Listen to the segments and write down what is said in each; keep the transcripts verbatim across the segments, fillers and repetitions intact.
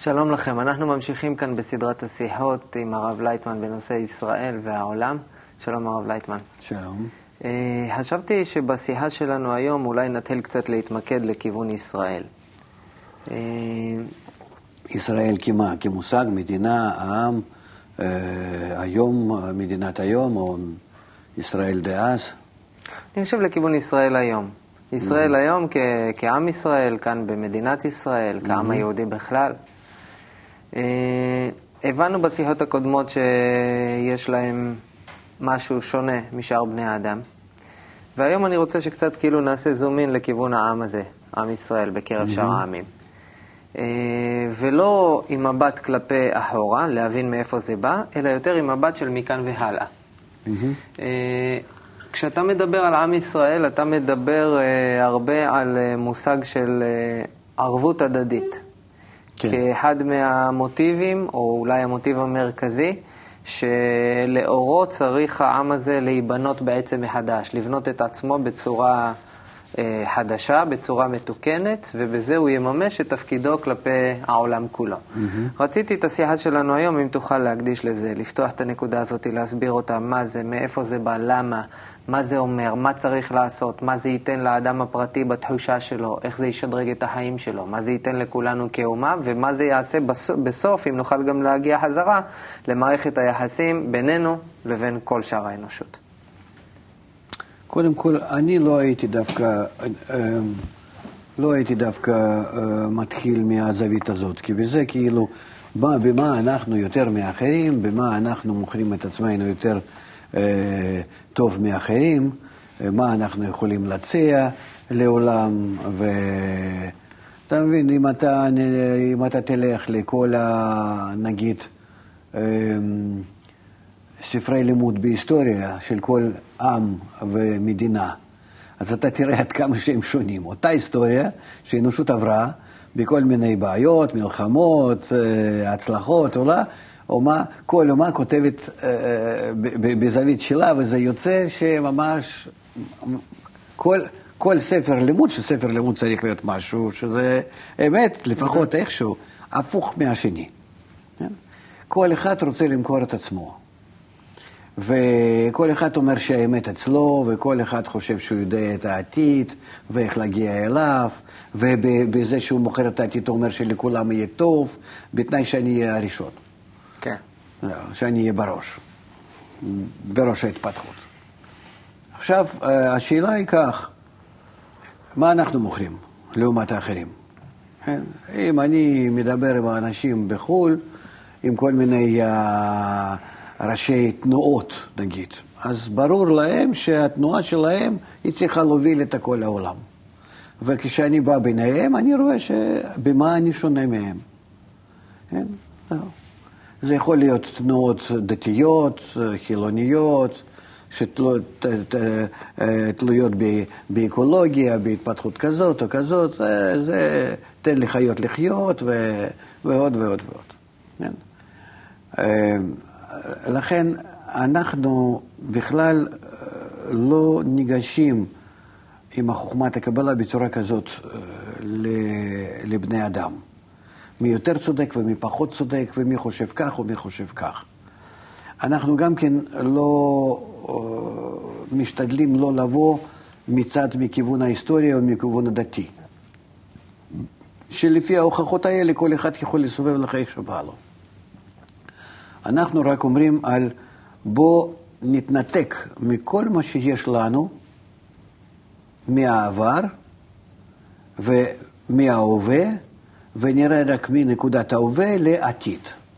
שלום לכם, אנחנו ממשיכים כאן בסדרת השיחות עם הרב לייטמן בנושא ישראל והעולם. שלום הרב לייטמן. שלום. Uh, חשבתי שבשיחה שלנו היום אולי נתחיל קצת להתמקד לכיוון ישראל. Uh, ישראל כמה? כמושג, מדינה, העם, uh, היום, מדינת היום, או ישראל דאז? אני חושב לכיוון ישראל היום. ישראל mm-hmm. היום כ- כעם ישראל, כאן במדינת ישראל, mm-hmm. כעם היהודי בכלל. Uh, הבנו בשיחות הקודמות שיש להם משהו שונה משאר בני האדם. והיום אני רוצה שקצת כאילו נעשה זומין לכיוון העם הזה, עם ישראל, בקרב mm-hmm. שאר העמים. Uh, ולא עם מבט כלפי אחורה, להבין מאיפה זה בא, אלא יותר עם מבט של מכאן והלאה. Mm-hmm. Uh, כשאתה מדבר על עם ישראל, אתה מדבר uh, הרבה על uh, מושג של uh, ערבות הדדית. כן. כאחד מהמוטיבים, או אולי המוטיב המרכזי, שלאורו צריך העם הזה להיבנות בעצם מחדש, לבנות את עצמו בצורה אה, חדשה, בצורה מתוקנת, ובזה הוא יממש את תפקידו כלפי העולם כולו. Mm-hmm. רציתי את השיחה שלנו היום, אם תוכל להקדיש לזה, לפתוח את הנקודה הזאת, להסביר אותה, מה זה, מאיפה זה בא, למה, מה זה אומר, מה צריך לעשות, מה זה ייתן לאדם הפרטי בתחושה שלו, איך זה ישדרג את החיים שלו, מה זה ייתן לכולנו כאומה, ומה זה יעשה בסוף, בסוף אם נוכל גם להגיע חזרה למערכת היחסים בינינו לבין כל שאר האנושות. קודם כל, אני לא הייתי דווקא, לא הייתי דווקא מתחיל מהזווית הזאת, כי בזה כאילו, במה אנחנו יותר מאחרים, במה אנחנו מוכרים את עצמנו יותר טוב מאחרים, מה אנחנו יכולים להציע לעולם, ואתה מבין, אם אתה, אם אתה תלך לכל, נגיד, ספרי לימוד בהיסטוריה של כל עם ומדינה, אז אתה תראה עד כמה שהם שונים. אותה היסטוריה שהאנושות עברה בכל מיני בעיות, מלחמות, הצלחות, אולי, אומה, כל אומה כותבת בזווית שלה, וזה יוצא שממש כל, כל ספר לימוד, שספר לימוד צריך להיות משהו, שזה אמת, לפחות איכשהו, הפוך מהשני. כל אחד רוצה למכור את עצמו. וכל אחד אומר שהאמת אצלו, וכל אחד חושב שהוא יודע את העתיד, ואיך להגיע אליו, ובזה שהוא מוכר את העתיד הוא אומר שלכולם יהיה טוב, בתנאי שאני אהיה הראשון. כן. שאני אהיה בראש, בראש ההתפתחות. עכשיו, השאלה היא כך, מה אנחנו מוכרים לעומת האחרים? אם אני מדבר עם האנשים בחו"ל, עם כל מיני ראשי תנועות, נגיד, אז ברור להם שהתנועה שלהם היא צריכה להוביל את כל העולם. וכשאני בא ביניהם, אני רואה שבמה אני שונה מהם. כן? זה יכול להיות תנועות דתיות, חילוניות, שתלויות באקולוגיה, בהתפתחות כזאת או כזאת, זה תן לחיות לחיות ועוד ועוד ועוד. לכן אנחנו בכלל לא ניגשים עם החוכמת הקבלה בצורה כזאת לבני אדם. מי יותר צודק ומי פחות צודק, ומי חושב כך ומי חושב כך. אנחנו גם כן לא משתדלים לא לבוא מצד מכיוון ההיסטוריה או מכיוון הדתי. שלפי ההוכחות האלה כל אחד יכול לסובב לך איך שבא לו. אנחנו רק אומרים על בוא נתנתק מכל מה שיש לנו מהעבר ומההווה, ונראה רק מנקודת ההווה לעתיד.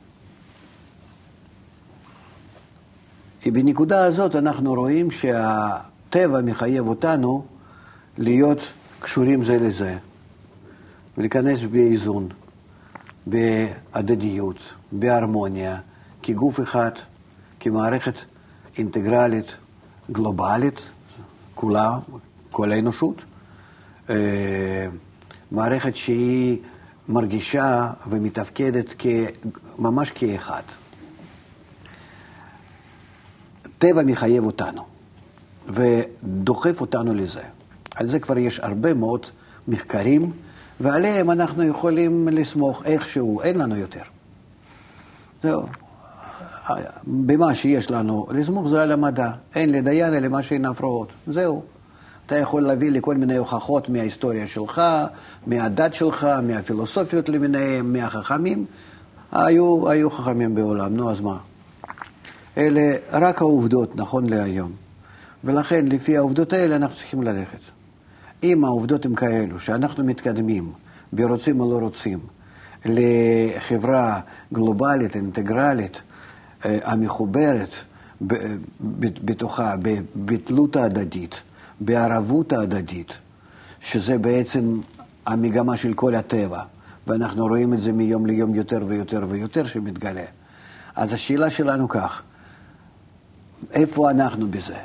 בנקודה הזאת אנחנו רואים שהטבע מחייב אותנו להיות קשורים זה לזה, ולהיכנס באיזון, בהדדיות, בהרמוניה, כגוף אחד, כמערכת אינטגרלית, גלובלית, כולה, כל האנושות, מערכת שהיא מרגישה ומתפקדת ממש כאחד. טבע מחייב אותנו ודוחף אותנו לזה. על זה כבר יש הרבה מאוד מחקרים ועליהם אנחנו יכולים לסמוך איכשהו, אין לנו יותר. זהו. במה שיש לנו לסמוך זה על המדע. אין לדיין אלא מה שאין הפרעות. זהו. אתה יכול להביא לי כל מיני הוכחות מההיסטוריה שלך, מהדת שלך, מהפילוסופיות למיניהם, מהחכמים. היו, היו חכמים בעולם, נו אז מה? אלה רק העובדות, נכון להיום. ולכן, לפי העובדות האלה אנחנו צריכים ללכת. אם העובדות הן כאלו, שאנחנו מתקדמים, ברוצים או לא רוצים, לחברה גלובלית, אינטגרלית, המחוברת בתוכה, בתלות ההדדית, בערבות ההדדית, שזה בעצם המגמה של כל הטבע, ואנחנו רואים את זה מיום ליום יותר ויותר ויותר שמתגלה. אז השאלה שלנו כך, איפה אנחנו בזה?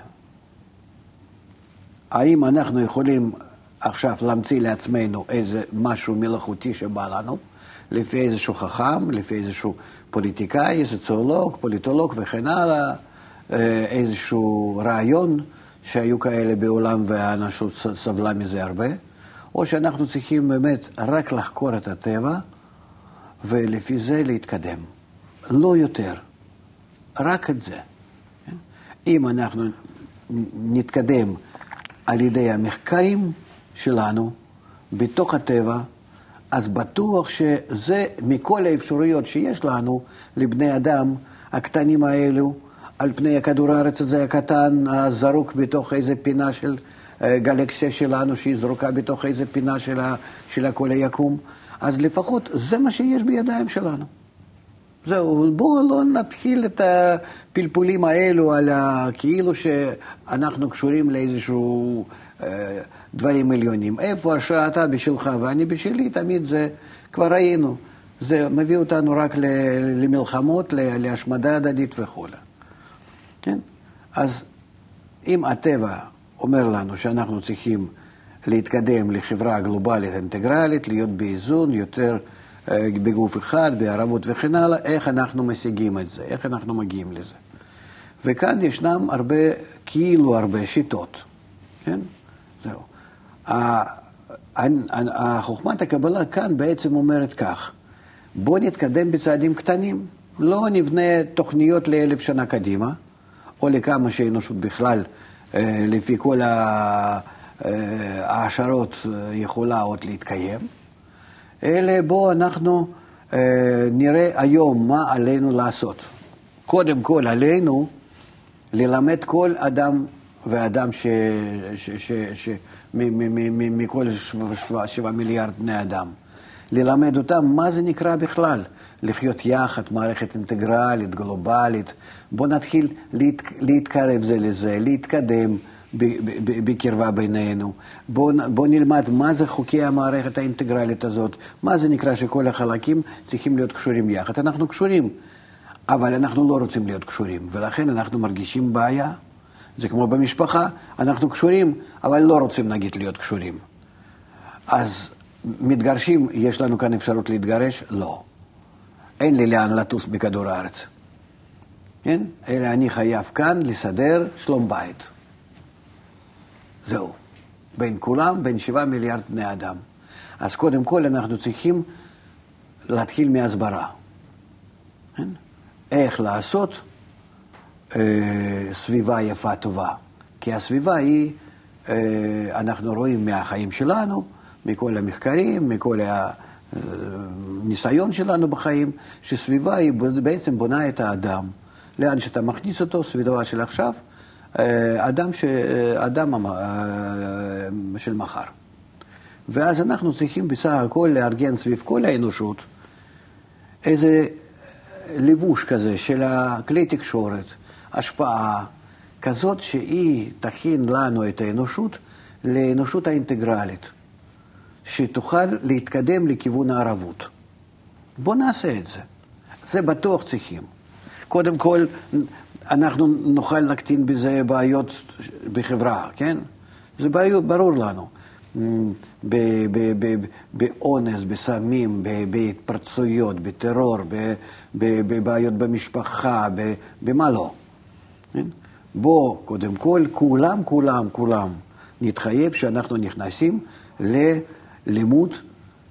האם אנחנו יכולים עכשיו להמציא לעצמנו איזה משהו מלאכותי שבא לנו, לפי איזשהו חכם, לפי איזשהו פוליטיקאי, סוציולוג, פוליטולוג וכן הלאה, איזשהו רעיון שהיו כאלה בעולם והאנושות סבלה מזה הרבה, או שאנחנו צריכים באמת רק לחקור את הטבע ולפי זה להתקדם. לא יותר, רק את זה. אם אנחנו נתקדם על ידי המחקרים שלנו בתוך הטבע, אז בטוח שזה מכל האפשרויות שיש לנו לבני אדם הקטנים האלו, על פני הכדור הארץ הזה הקטן, הזרוק בתוך איזה פינה של גלקסיה שלנו, שהיא זרוקה בתוך איזה פינה של, ה, של הכל היקום, אז לפחות זה מה שיש בידיים שלנו. זהו, בואו לא נתחיל את הפלפולים האלו על כאילו שאנחנו קשורים לאיזשהו אה, דברים עליונים. איפה שאתה בשלך ואני בשלי, תמיד זה כבר ראינו. זה מביא אותנו רק למלחמות, להשמדה הדדית וכו'. כן? אז אם הטבע אומר לנו שאנחנו צריכים להתקדם לחברה גלובלית אינטגרלית, להיות באיזון, יותר בגוף אחד, בערבות וכן הלאה, איך אנחנו משיגים את זה, איך אנחנו מגיעים לזה. וכאן ישנם הרבה, כאילו הרבה שיטות. כן? זהו. החוכמת הקבלה כאן בעצם אומרת כך, בוא נתקדם בצעדים קטנים, לא נבנה תוכניות לאלף שנה קדימה, או לכמה שהאנושות בכלל, לפי כל ההשערות יכולה עוד להתקיים, אלא בוא אנחנו נראה היום מה עלינו לעשות. קודם כל עלינו ללמד כל אדם ואדם ש... ש... ש... ש... מכל שבעה מיליארד בני אדם. ללמד אותם מה זה נקרא בכלל, לחיות יחד, מערכת אינטגרלית, גלובלית. בוא נתחיל להת... להתקרב זה לזה, להתקדם בקרבה בינינו. בוא, בוא נלמד מה זה חוקי המערכת האינטגרלית הזאת, מה זה נקרא שכל החלקים צריכים להיות קשורים יחד. אנחנו קשורים, אבל אנחנו לא רוצים להיות קשורים, ולכן אנחנו מרגישים בעיה. זה כמו במשפחה, אנחנו קשורים, אבל לא רוצים נגיד להיות קשורים. אז מתגרשים, יש לנו כאן אפשרות להתגרש? לא. אין לי לאן לטוס בכדור הארץ. כן? אלא אני חייב כאן לסדר שלום בית. זהו. בין כולם, בין שבעה מיליארד בני אדם. אז קודם כל אנחנו צריכים להתחיל מהסברה. כן? איך לעשות אה, סביבה יפה טובה. כי הסביבה היא, אה, אנחנו רואים מהחיים שלנו, מכל המחקרים, מכל הניסיון שלנו בחיים, שסביבה היא בעצם בונה את האדם. לאן שאתה מכניס אותו, סביבה של עכשיו, אדם, ש... אדם של מחר. ואז אנחנו צריכים בסך הכל לארגן סביב כל האנושות איזה לבוש כזה של הכלי תקשורת, השפעה כזאת שהיא תכין לנו את האנושות לאנושות האינטגרלית, שתוכל להתקדם לכיוון הערבות. בוא נעשה את זה. זה בטוח צריכים. קודם כל, אנחנו נוכל להקטין בזה בעיות בחברה, כן? זה בעיות, ברור לנו. באונס, בסמים, בהתפרצויות, בטרור, בבעיות במשפחה, במה לא. בוא, קודם כל, כולם, כולם, כולם נתחייב שאנחנו נכנסים ללימוד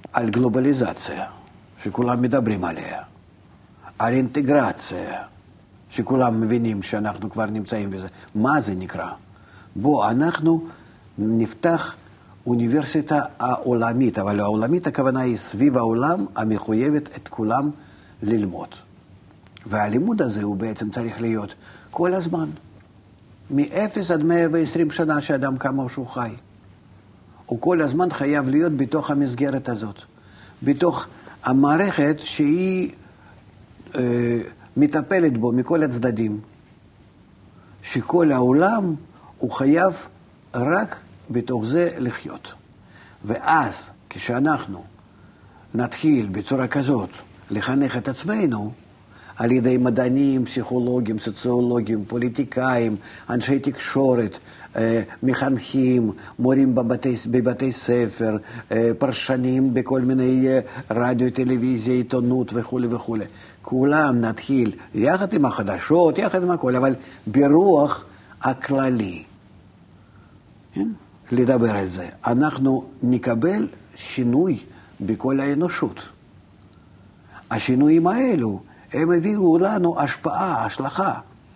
על גלובליזציה, שכולם מדברים עליה, על אינטגרציה, שכולם מבינים שאנחנו כבר נמצאים בזה. מה זה נקרא? בוא, אנחנו נפתח אוניברסיטה העולמית, אבל העולמית הכוונה היא סביב העולם המחויבת את כולם ללמוד. והלימוד הזה הוא בעצם צריך להיות כל הזמן, מ-אפס עד מאה ועשרים שנה שאדם כמה שהוא חי. הוא כל הזמן חייב להיות בתוך המסגרת הזאת, בתוך המערכת שהיא אה, מטפלת בו מכל הצדדים, שכל העולם הוא חייב רק בתוך זה לחיות. ואז כשאנחנו נתחיל בצורה כזאת לחנך את עצמנו, על ידי מדענים, פסיכולוגים, סוציולוגים, פוליטיקאים, אנשי תקשורת, מחנכים, מורים בבתי, בבתי ספר, פרשנים בכל מיני רדיו, טלוויזיה, עיתונות וכו' וכו'. כולם נתחיל יחד עם החדשות, יחד עם הכל, אבל ברוח הכללי. כן? לדבר על זה. אנחנו נקבל שינוי בכל האנושות. השינויים האלו, הם הביאו לנו השפעה, השלכה,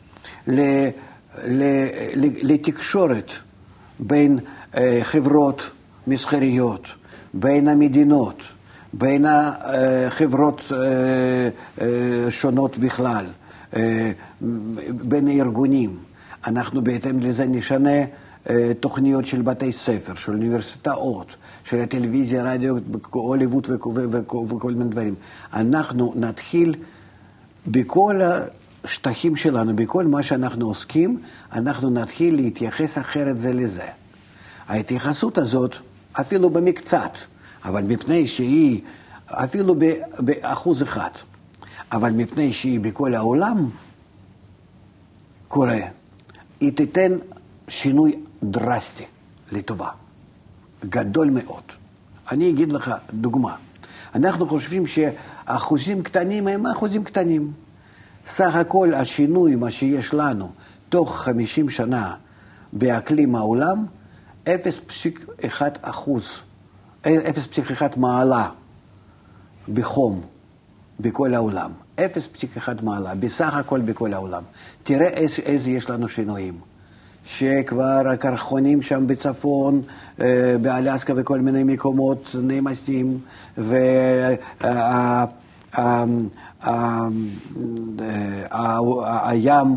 לתקשורת בין חברות מסחריות, בין המדינות, בין החברות שונות בכלל, בין הארגונים. אנחנו בהתאם לזה נשנה תוכניות של בתי ספר, של אוניברסיטאות, של הטלוויזיה, רדיו, הוליווד וכל מיני דברים. אנחנו נתחיל בכל השטחים שלנו, בכל מה שאנחנו עוסקים, אנחנו נתחיל להתייחס אחרת זה לזה. ההתייחסות הזאת, אפילו במקצת, אבל מפני שהיא, אפילו באחוז אחד, אבל מפני שהיא בכל העולם קורה, היא תיתן שינוי דרסטי לטובה, גדול מאוד. אני אגיד לך דוגמה. אנחנו חושבים שאחוזים קטנים הם אחוזים קטנים. סך הכל השינוי, מה שיש לנו, תוך חמישים שנה באקלים העולם, אפס נקודה אחת אחוז, אפס נקודה אחת מעלה בחום בכל העולם. אפס נקודה אחת מעלה, בסך הכל בכל העולם. תראה איזה, איזה יש לנו שינויים. שכבר הקרחונים שם בצפון, באלסקה וכל מיני מקומות נמסים, והים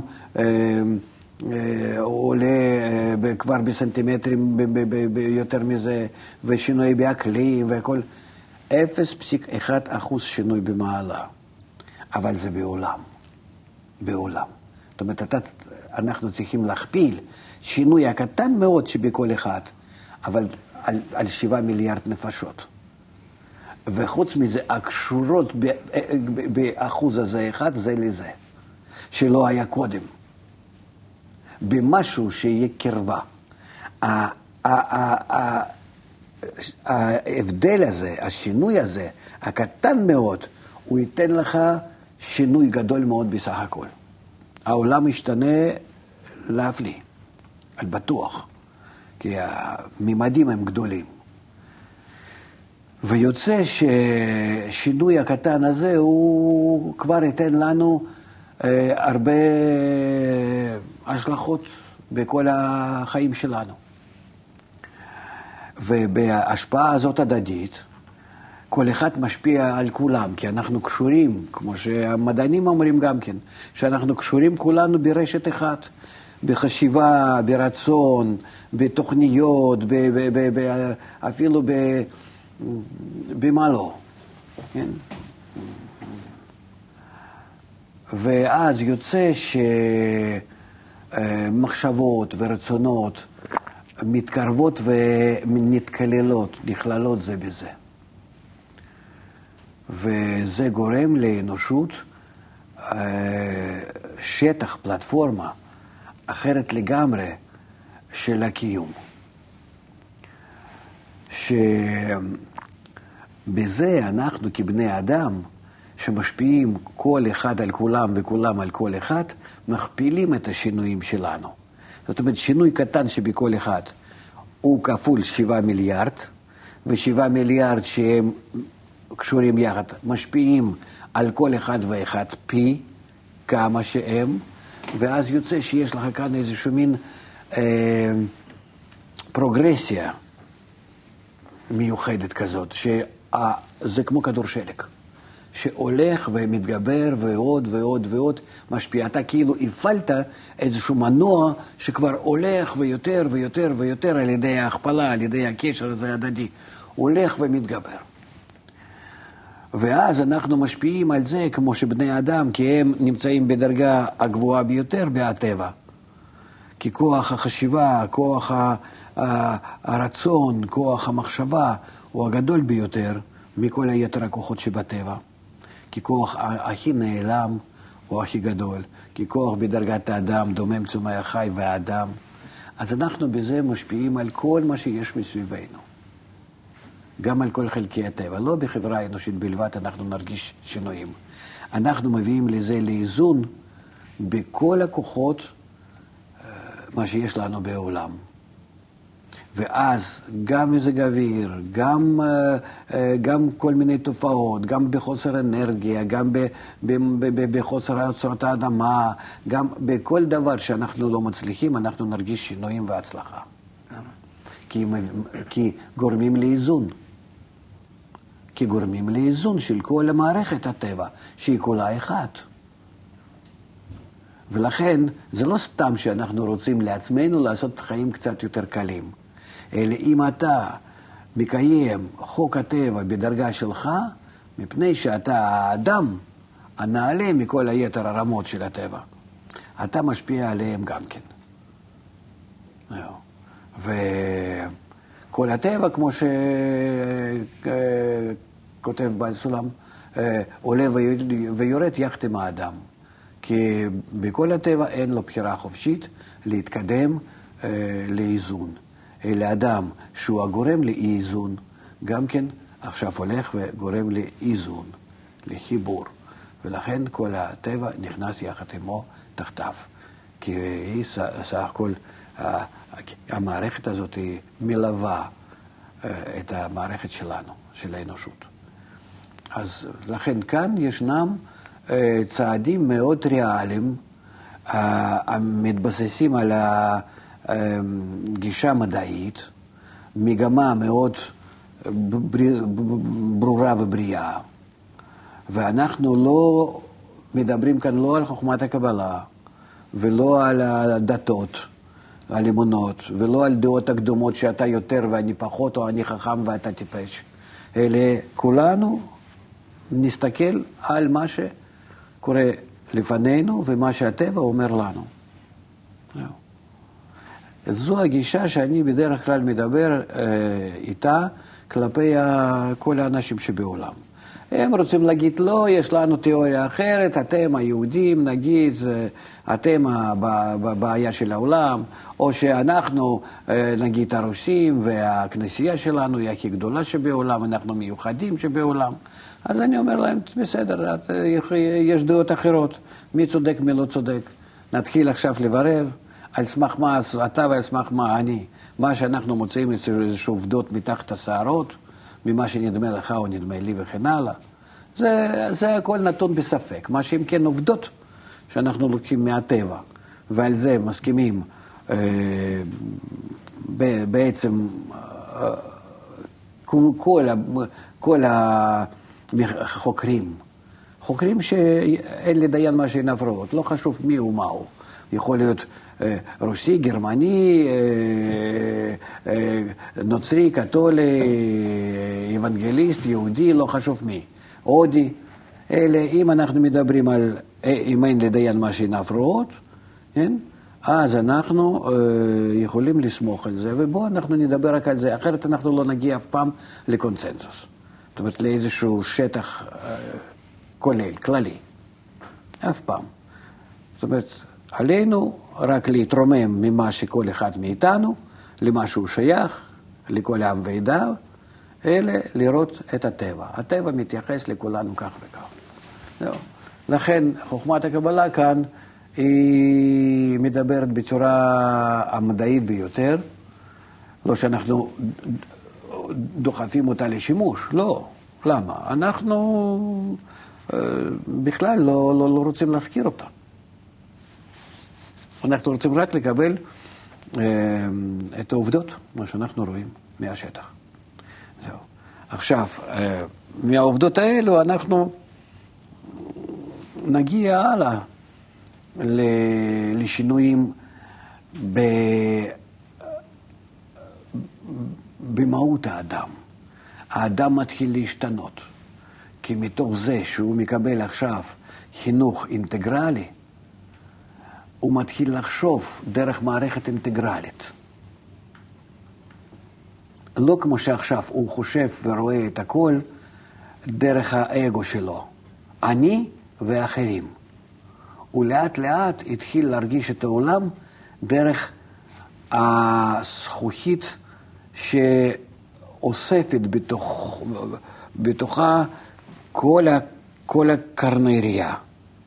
עולה כבר בסנטימטרים יותר מזה, ושינוי באקלים והכל. אפס נקודה אחת אחוז שינוי במעלה, אבל זה בעולם, בעולם. זאת אומרת, אנחנו צריכים להכפיל שינוי הקטן מאוד שבכל אחד, אבל על, על שבעה מיליארד נפשות. וחוץ מזה, הקשורות באחוז הזה אחד, זה לזה, שלא היה קודם. במשהו שיהיה קרבה. ההבדל הזה, השינוי הזה, הקטן מאוד, הוא ייתן לך שינוי גדול מאוד בסך הכל. העולם משתנה להפליא, על בטוח, כי הממדים הם גדולים. ויוצא ששינוי הקטן הזה הוא כבר ייתן לנו אה, הרבה השלכות בכל החיים שלנו. ובהשפעה הזאת הדדית, כל אחד משפיע על כולם, כי אנחנו קשורים, כמו שהמדענים אומרים גם כן, שאנחנו קשורים כולנו ברשת אחת, בחשיבה, ברצון, בתוכניות, ב, ב, ב, ב, אפילו ב, במה לא. כן? ואז יוצא שמחשבות ורצונות מתקרבות ונתכללות, נכללות זה בזה. וזה גורם לאנושות שטח, פלטפורמה, אחרת לגמרי של הקיום. שבזה אנחנו כבני אדם, שמשפיעים כל אחד על כולם וכולם על כל אחד, מכפילים את השינויים שלנו. זאת אומרת, שינוי קטן שבכל אחד הוא כפול שבעה מיליארד, ושבעה מיליארד שהם קשורים יחד, משפיעים על כל אחד ואחד פי כמה שהם, ואז יוצא שיש לך כאן איזשהו מין אה, פרוגרסיה מיוחדת כזאת, שזה כמו כדור שלג, שהולך ומתגבר ועוד ועוד ועוד משפיע. אתה כאילו הפעלת איזשהו מנוע שכבר הולך ויותר ויותר ויותר על ידי ההכפלה, על ידי הקשר הזה הדדי, הולך ומתגבר. ואז אנחנו משפיעים על זה כמו שבני אדם, כי הם נמצאים בדרגה הגבוהה ביותר בהטבע. כי כוח החשיבה, כוח הרצון, כוח המחשבה הוא הגדול ביותר מכל היתר הכוחות שבטבע. כי כוח הכי נעלם הוא הכי גדול. כי כוח בדרגת האדם, דומם צומח חי והאדם. אז אנחנו בזה משפיעים על כל מה שיש מסביבנו. גם על כל חלקי הטבע. לא בחברה האנושית בלבד אנחנו נרגיש שינויים. אנחנו מביאים לזה לאיזון בכל הכוחות מה שיש לנו בעולם. ואז גם מזג אוויר, גם, גם כל מיני תופעות, גם בחוסר אנרגיה, גם בחוסר אוצרות האדמה, גם בכל דבר שאנחנו לא מצליחים, אנחנו נרגיש שינויים והצלחה. כי, כי גורמים לאיזון. כי גורמים לאיזון של כל המערכת הטבע, שהיא כולה אחת. ולכן זה לא סתם שאנחנו רוצים לעצמנו לעשות חיים קצת יותר קלים. אלא אם אתה מקיים חוק הטבע בדרגה שלך, מפני שאתה האדם הנעלה מכל היתר הרמות של הטבע. אתה משפיע עליהם גם כן. וכל הטבע, כמו שכותב בעל סולם, עולה ויורד יחד עם האדם. כי בכל הטבע אין לו בחירה חופשית להתקדם לאיזון. אלא אדם שהוא הגורם לאי-איזון, גם כן עכשיו הולך וגורם לאיזון, לחיבור. ולכן כל הטבע נכנס יחד עמו תחתיו. כי היא סך הכל, המערכת הזאת היא מלווה את המערכת שלנו, של האנושות. אז לכן כאן ישנם צעדים מאוד ריאליים, המתבססים על גישה מדעית, מגמה מאוד ברורה ובריאה. ואנחנו לא מדברים כאן לא על חוכמת הקבלה, ולא על הדתות, על אמונות, ולא על דעות הקדומות שאתה יותר ואני פחות, או אני חכם ואתה טיפש. אלא כולנו נסתכל על מה שקורה לפנינו ומה שהטבע אומר לנו. זו הגישה שאני בדרך כלל מדבר איתה כלפי כל האנשים שבעולם. הם רוצים להגיד, לא, יש לנו תיאוריה אחרת, אתם היהודים, נגיד, אתם הבעיה של העולם, או שאנחנו, נגיד, הרוסים, והכנסייה שלנו היא הכי גדולה שבעולם, אנחנו מיוחדים שבעולם. אז אני אומר להם, בסדר, יש דעות אחרות, מי צודק, מי לא צודק. נתחיל עכשיו לברר, על סמך מה אתה ועל סמך מה אני. מה שאנחנו מוצאים איזשהו עובדות מתחת השערות, ממה שנדמה לך או נדמה לי וכן הלאה. זה, זה הכל נתון בספק. מה שאם כן עובדות שאנחנו לוקחים מהטבע, ועל זה מסכימים אה, ב, בעצם אה, כל, כל, כל החוקרים, חוקרים שאין לדיין מה שאין הפרעות, לא חשוב מי הוא מהו. יכול להיות אה, רוסי, גרמני, אה, אה, נוצרי, קתולי, אבנגליסט, יהודי, לא חשוב מי. הודי. אלה, אם אנחנו מדברים על, אם אין לדיין מה שאין הפרעות, כן? אז אנחנו אה, יכולים לסמוך על זה, ובואו אנחנו נדבר רק על זה, אחרת אנחנו לא נגיע אף פעם לקונצנזוס. זאת אומרת, לאיזשהו שטח אה, כולל, כללי. אף פעם. זאת אומרת, עלינו רק להתרומם ממה שכל אחד מאיתנו, למה שהוא שייך, לכל העם ועדה, אלא לראות את הטבע. הטבע מתייחס לכולנו כך וכך. זהו. לכן חוכמת הקבלה כאן היא מדברת בצורה המדעית ביותר, לא שאנחנו דוחפים אותה לשימוש, לא. למה? אנחנו בכלל לא, לא, לא רוצים להזכיר אותה. אנחנו רוצים רק לקבל את העובדות, מה שאנחנו רואים מהשטח. זהו. עכשיו, מהעובדות האלו אנחנו נגיע הלאה לשינויים ב... במהות האדם. האדם מתחיל להשתנות, כי מתוך זה שהוא מקבל עכשיו חינוך אינטגרלי, הוא מתחיל לחשוב דרך מערכת אינטגרלית. לא כמו שעכשיו הוא חושב ורואה את הכל דרך האגו שלו. אני ואחרים. הוא לאט לאט התחיל להרגיש את העולם דרך הזכוכית שאוספת בתוך, בתוכה כל, ה, כל הקרנריה.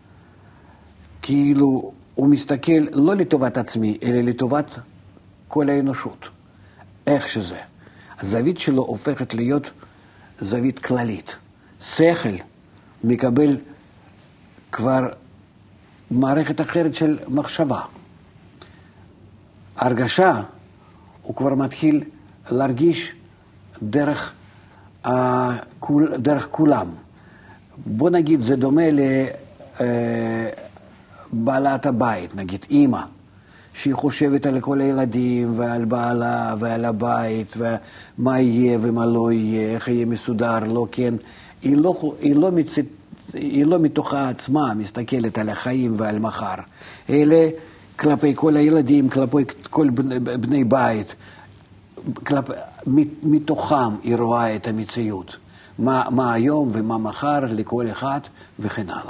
כאילו הוא מסתכל לא לטובת עצמי, אלא לטובת כל האנושות. איך שזה. הזווית שלו הופכת להיות זווית כללית. שכל מקבל כבר מערכת אחרת של מחשבה. הרגשה, הוא כבר מתחיל להרגיש דרך, דרך כולם. בוא נגיד, זה דומה לבעלת הבית, נגיד אמא, שהיא חושבת על כל הילדים ועל בעלה ועל הבית ומה יהיה ומה לא יהיה, איך יהיה מסודר, לא כן. היא לא, היא לא, מצ... היא לא מתוכה עצמה מסתכלת על החיים ועל מחר. אלה כלפי כל הילדים, כלפי כל בני בית, כלפי, מתוכם היא רואה את המציאות. מה, מה היום ומה מחר לכל אחד וכן הלאה.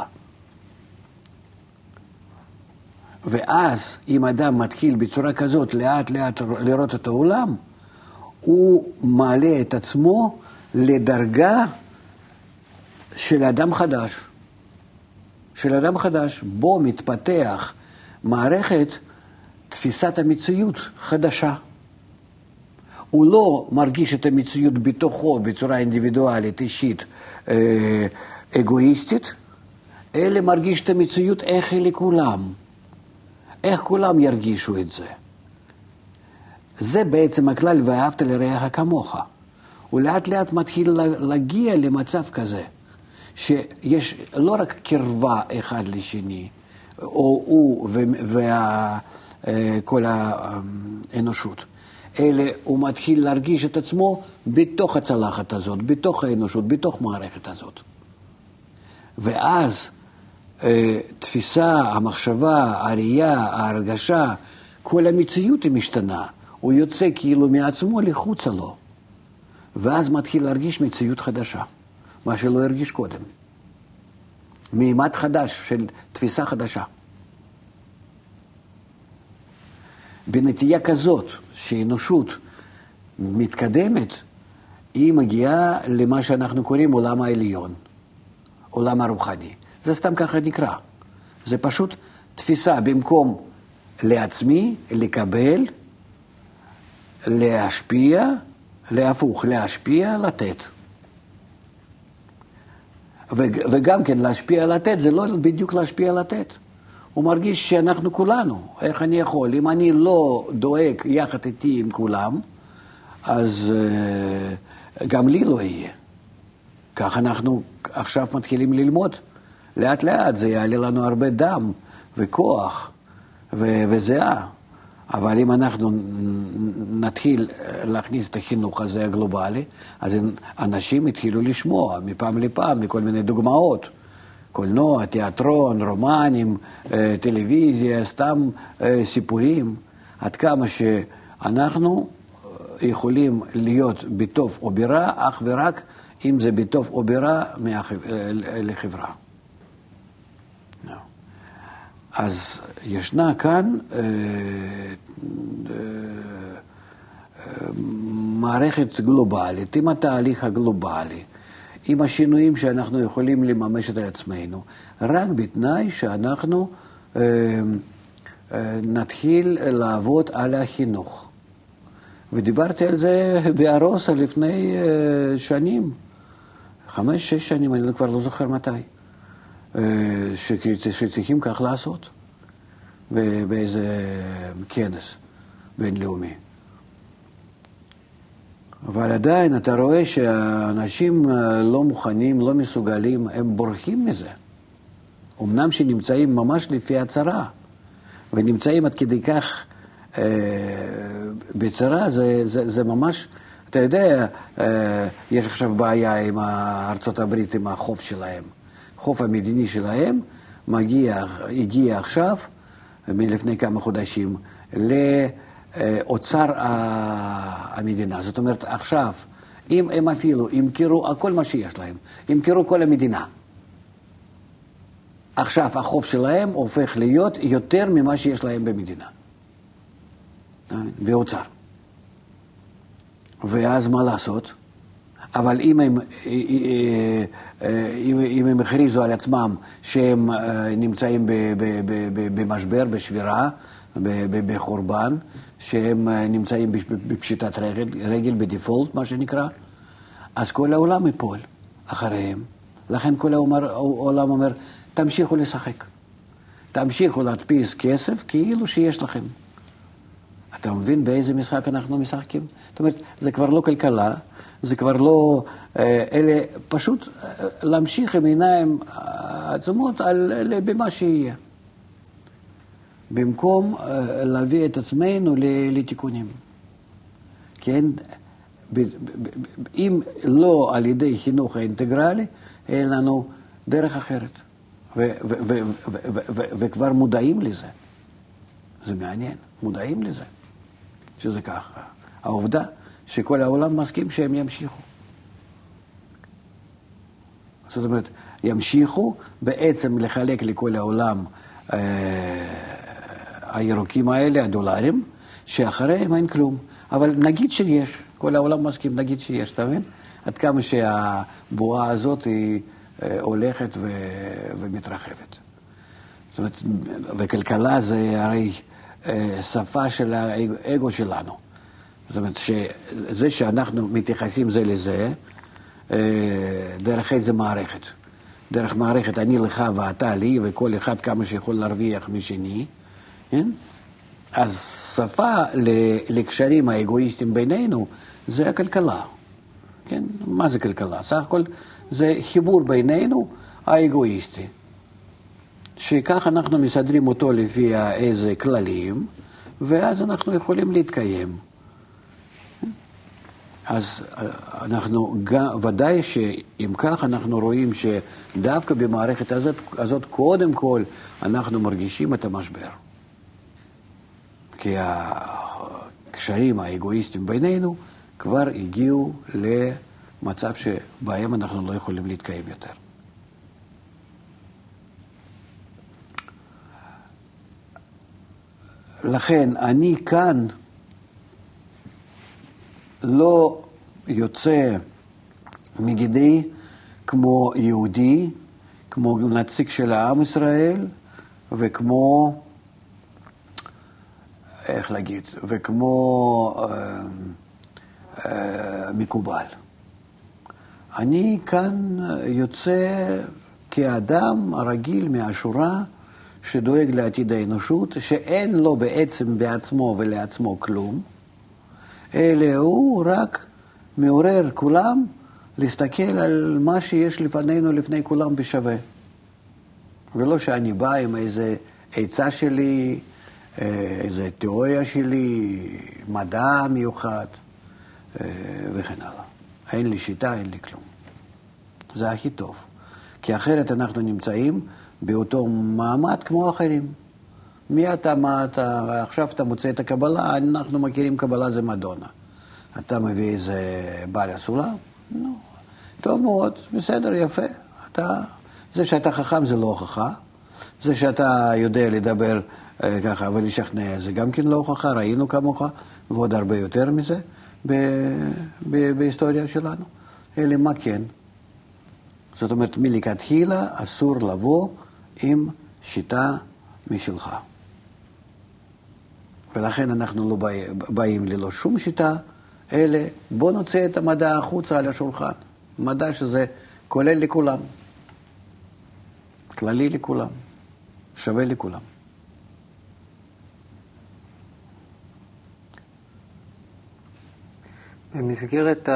ואז אם אדם מתחיל בצורה כזאת לאט לאט לראות את העולם, הוא מעלה את עצמו לדרגה של אדם חדש. של אדם חדש, בו מתפתח מערכת תפיסת המציאות חדשה. הוא לא מרגיש את המציאות בתוכו בצורה אינדיבידואלית, אישית, אגואיסטית, אלא מרגיש את המציאות איך היא לכולם. איך כולם ירגישו את זה. זה בעצם הכלל, ואהבת לרעך כמוך. הוא לאט לאט מתחיל להגיע למצב כזה, שיש לא רק קרבה אחד לשני, או הוא וכל האנושות, אלא הוא מתחיל להרגיש את עצמו בתוך הצלחת הזאת, בתוך האנושות, בתוך מערכת הזאת. ואז תפיסה, המחשבה, הראייה, ההרגשה, כל המציאות היא משתנה. הוא יוצא כאילו מעצמו לחוצה לו. ואז מתחיל להרגיש מציאות חדשה, מה שלא הרגיש קודם. מימד חדש של תפיסה חדשה. בנטייה כזאת שהאנושות מתקדמת, היא מגיעה למה שאנחנו קוראים עולם העליון, עולם הרוחני. זה סתם ככה נקרא. זה פשוט תפיסה במקום לעצמי, לקבל, להשפיע, להפוך, להשפיע, לתת. וגם כן להשפיע, לתת, זה לא בדיוק להשפיע, לתת. הוא מרגיש שאנחנו כולנו, איך אני יכול? אם אני לא דואג יחד איתי עם כולם, אז גם לי לא יהיה. כך אנחנו עכשיו מתחילים ללמוד. לאט לאט זה יעלה לנו הרבה דם וכוח ו- וזהה. אבל אם אנחנו נתחיל להכניס את החינוך הזה הגלובלי, אז אנשים התחילו לשמוע מפעם לפעם, מכל מיני דוגמאות. קולנוע, תיאטרון, רומנים, טלוויזיה, סתם סיפורים. עד כמה שאנחנו יכולים להיות בטוב או ברע, אך ורק אם זה בטוב או ברע לחברה. אז ישנה כאן אה, אה, מערכת גלובלית, עם התהליך הגלובלי, עם השינויים שאנחנו יכולים לממש את עצמנו, רק בתנאי שאנחנו אה, אה, נתחיל לעבוד על החינוך. ודיברתי על זה בארוסה לפני שנים, חמש, שש שנים, אני כבר לא זוכר מתי, שצריכים כך לעשות באיזה כנס בינלאומי. אבל עדיין אתה רואה שהאנשים לא מוכנים, לא מסוגלים, הם בורחים מזה. אמנם שנמצאים ממש לפי הצרה, ונמצאים עד כדי כך אה, בצרה, זה, זה, זה ממש, אתה יודע, אה, יש עכשיו בעיה עם ארצות הברית, עם החוף שלהם. החוף המדיני שלהם מגיע, הגיע עכשיו, מלפני כמה חודשים, לאוצר המדינה. זאת אומרת, עכשיו, אם הם אפילו ימכרו כל מה שיש להם, ימכרו כל המדינה, עכשיו החוף שלהם הופך להיות יותר ממה שיש להם במדינה. באוצר. ואז מה לעשות? אבל אם הם, אם, אם הם הכריזו על עצמם שהם נמצאים במשבר, בשבירה, בחורבן, שהם נמצאים בפשיטת רגל, רגל בדיפולט, מה שנקרא, אז כל העולם יפול אחריהם. לכן כל העולם אומר, תמשיכו לשחק. תמשיכו להדפיס כסף כאילו שיש לכם. אתה מבין באיזה משחק אנחנו משחקים? זאת אומרת, זה כבר לא כלכלה, זה כבר לא, אלה פשוט להמשיך עם עיניים עצומות על, במה שיהיה. במקום להביא את עצמנו לתיקונים. כן, אם לא על ידי חינוך האינטגרלי, אין לנו דרך אחרת. וכבר מודעים לזה. זה מעניין, מודעים לזה. שזה ככה. העובדה שכל העולם מסכים שהם ימשיכו. זאת אומרת, ימשיכו בעצם לחלק לכל העולם אה, הירוקים האלה, הדולרים, שאחריהם אין כלום. אבל נגיד שיש, כל העולם מסכים, נגיד שיש, אתה מבין? עד כמה שהבועה הזאת היא אה, הולכת ו, ומתרחבת. זאת אומרת, וכלכלה זה הרי אה, שפה של האגו שלנו. זאת אומרת, שזה שאנחנו מתייחסים זה לזה, דרך איזה מערכת. דרך מערכת אני לך ואתה לי, וכל אחד כמה שיכול להרוויח משני, כן? אז שפה לקשרים האגואיסטיים בינינו, זה הכלכלה. כן? מה זה כלכלה? סך הכל זה חיבור בינינו האגואיסטי. שכך אנחנו מסדרים אותו לפי איזה כללים, ואז אנחנו יכולים להתקיים. אז אנחנו, ודאי שאם כך אנחנו רואים שדווקא במערכת הזאת, הזאת קודם כל אנחנו מרגישים את המשבר. כי הקשרים האגואיסטיים בינינו כבר הגיעו למצב שבהם אנחנו לא יכולים להתקיים יותר. לכן אני כאן לא יוצא מגדי כמו יהודי, כמו נציג של העם ישראל, וכמו, איך להגיד, וכמו אה, אה, מקובל. אני כאן יוצא כאדם הרגיל מהשורה, שדואג לעתיד האנושות, שאין לו בעצם בעצמו ולעצמו כלום, אלא הוא רק מעורר כולם להסתכל על מה שיש לפנינו לפני כולם בשווה. ולא שאני בא עם איזה עצה שלי, איזה תיאוריה שלי, מדע מיוחד וכן הלאה. אין לי שיטה, אין לי כלום. זה הכי טוב. כי אחרת אנחנו נמצאים באותו מעמד כמו אחרים. מי אתה, מה אתה, עכשיו אתה מוצא את הקבלה, אנחנו מכירים קבלה זה מדונה. אתה מביא איזה בעל הסולם? לא. טוב מאוד, בסדר, יפה. אתה, זה שאתה חכם זה לא הוכחה. זה שאתה יודע לדבר אה, ככה ולשכנע זה גם כן לא הוכחה, ראינו כמוך, ועוד הרבה יותר מזה ב, ב, בהיסטוריה שלנו. אלא מה כן? זאת אומרת, מלכתחילה אסור לבוא עם שיטה משלך. ולכן אנחנו לא באים ללא שום שיטה, אלא בוא נוצא את המדע החוצה על השולחן. מדע שזה כולל לכולם, כללי לכולם, שווה לכולם. במסגרת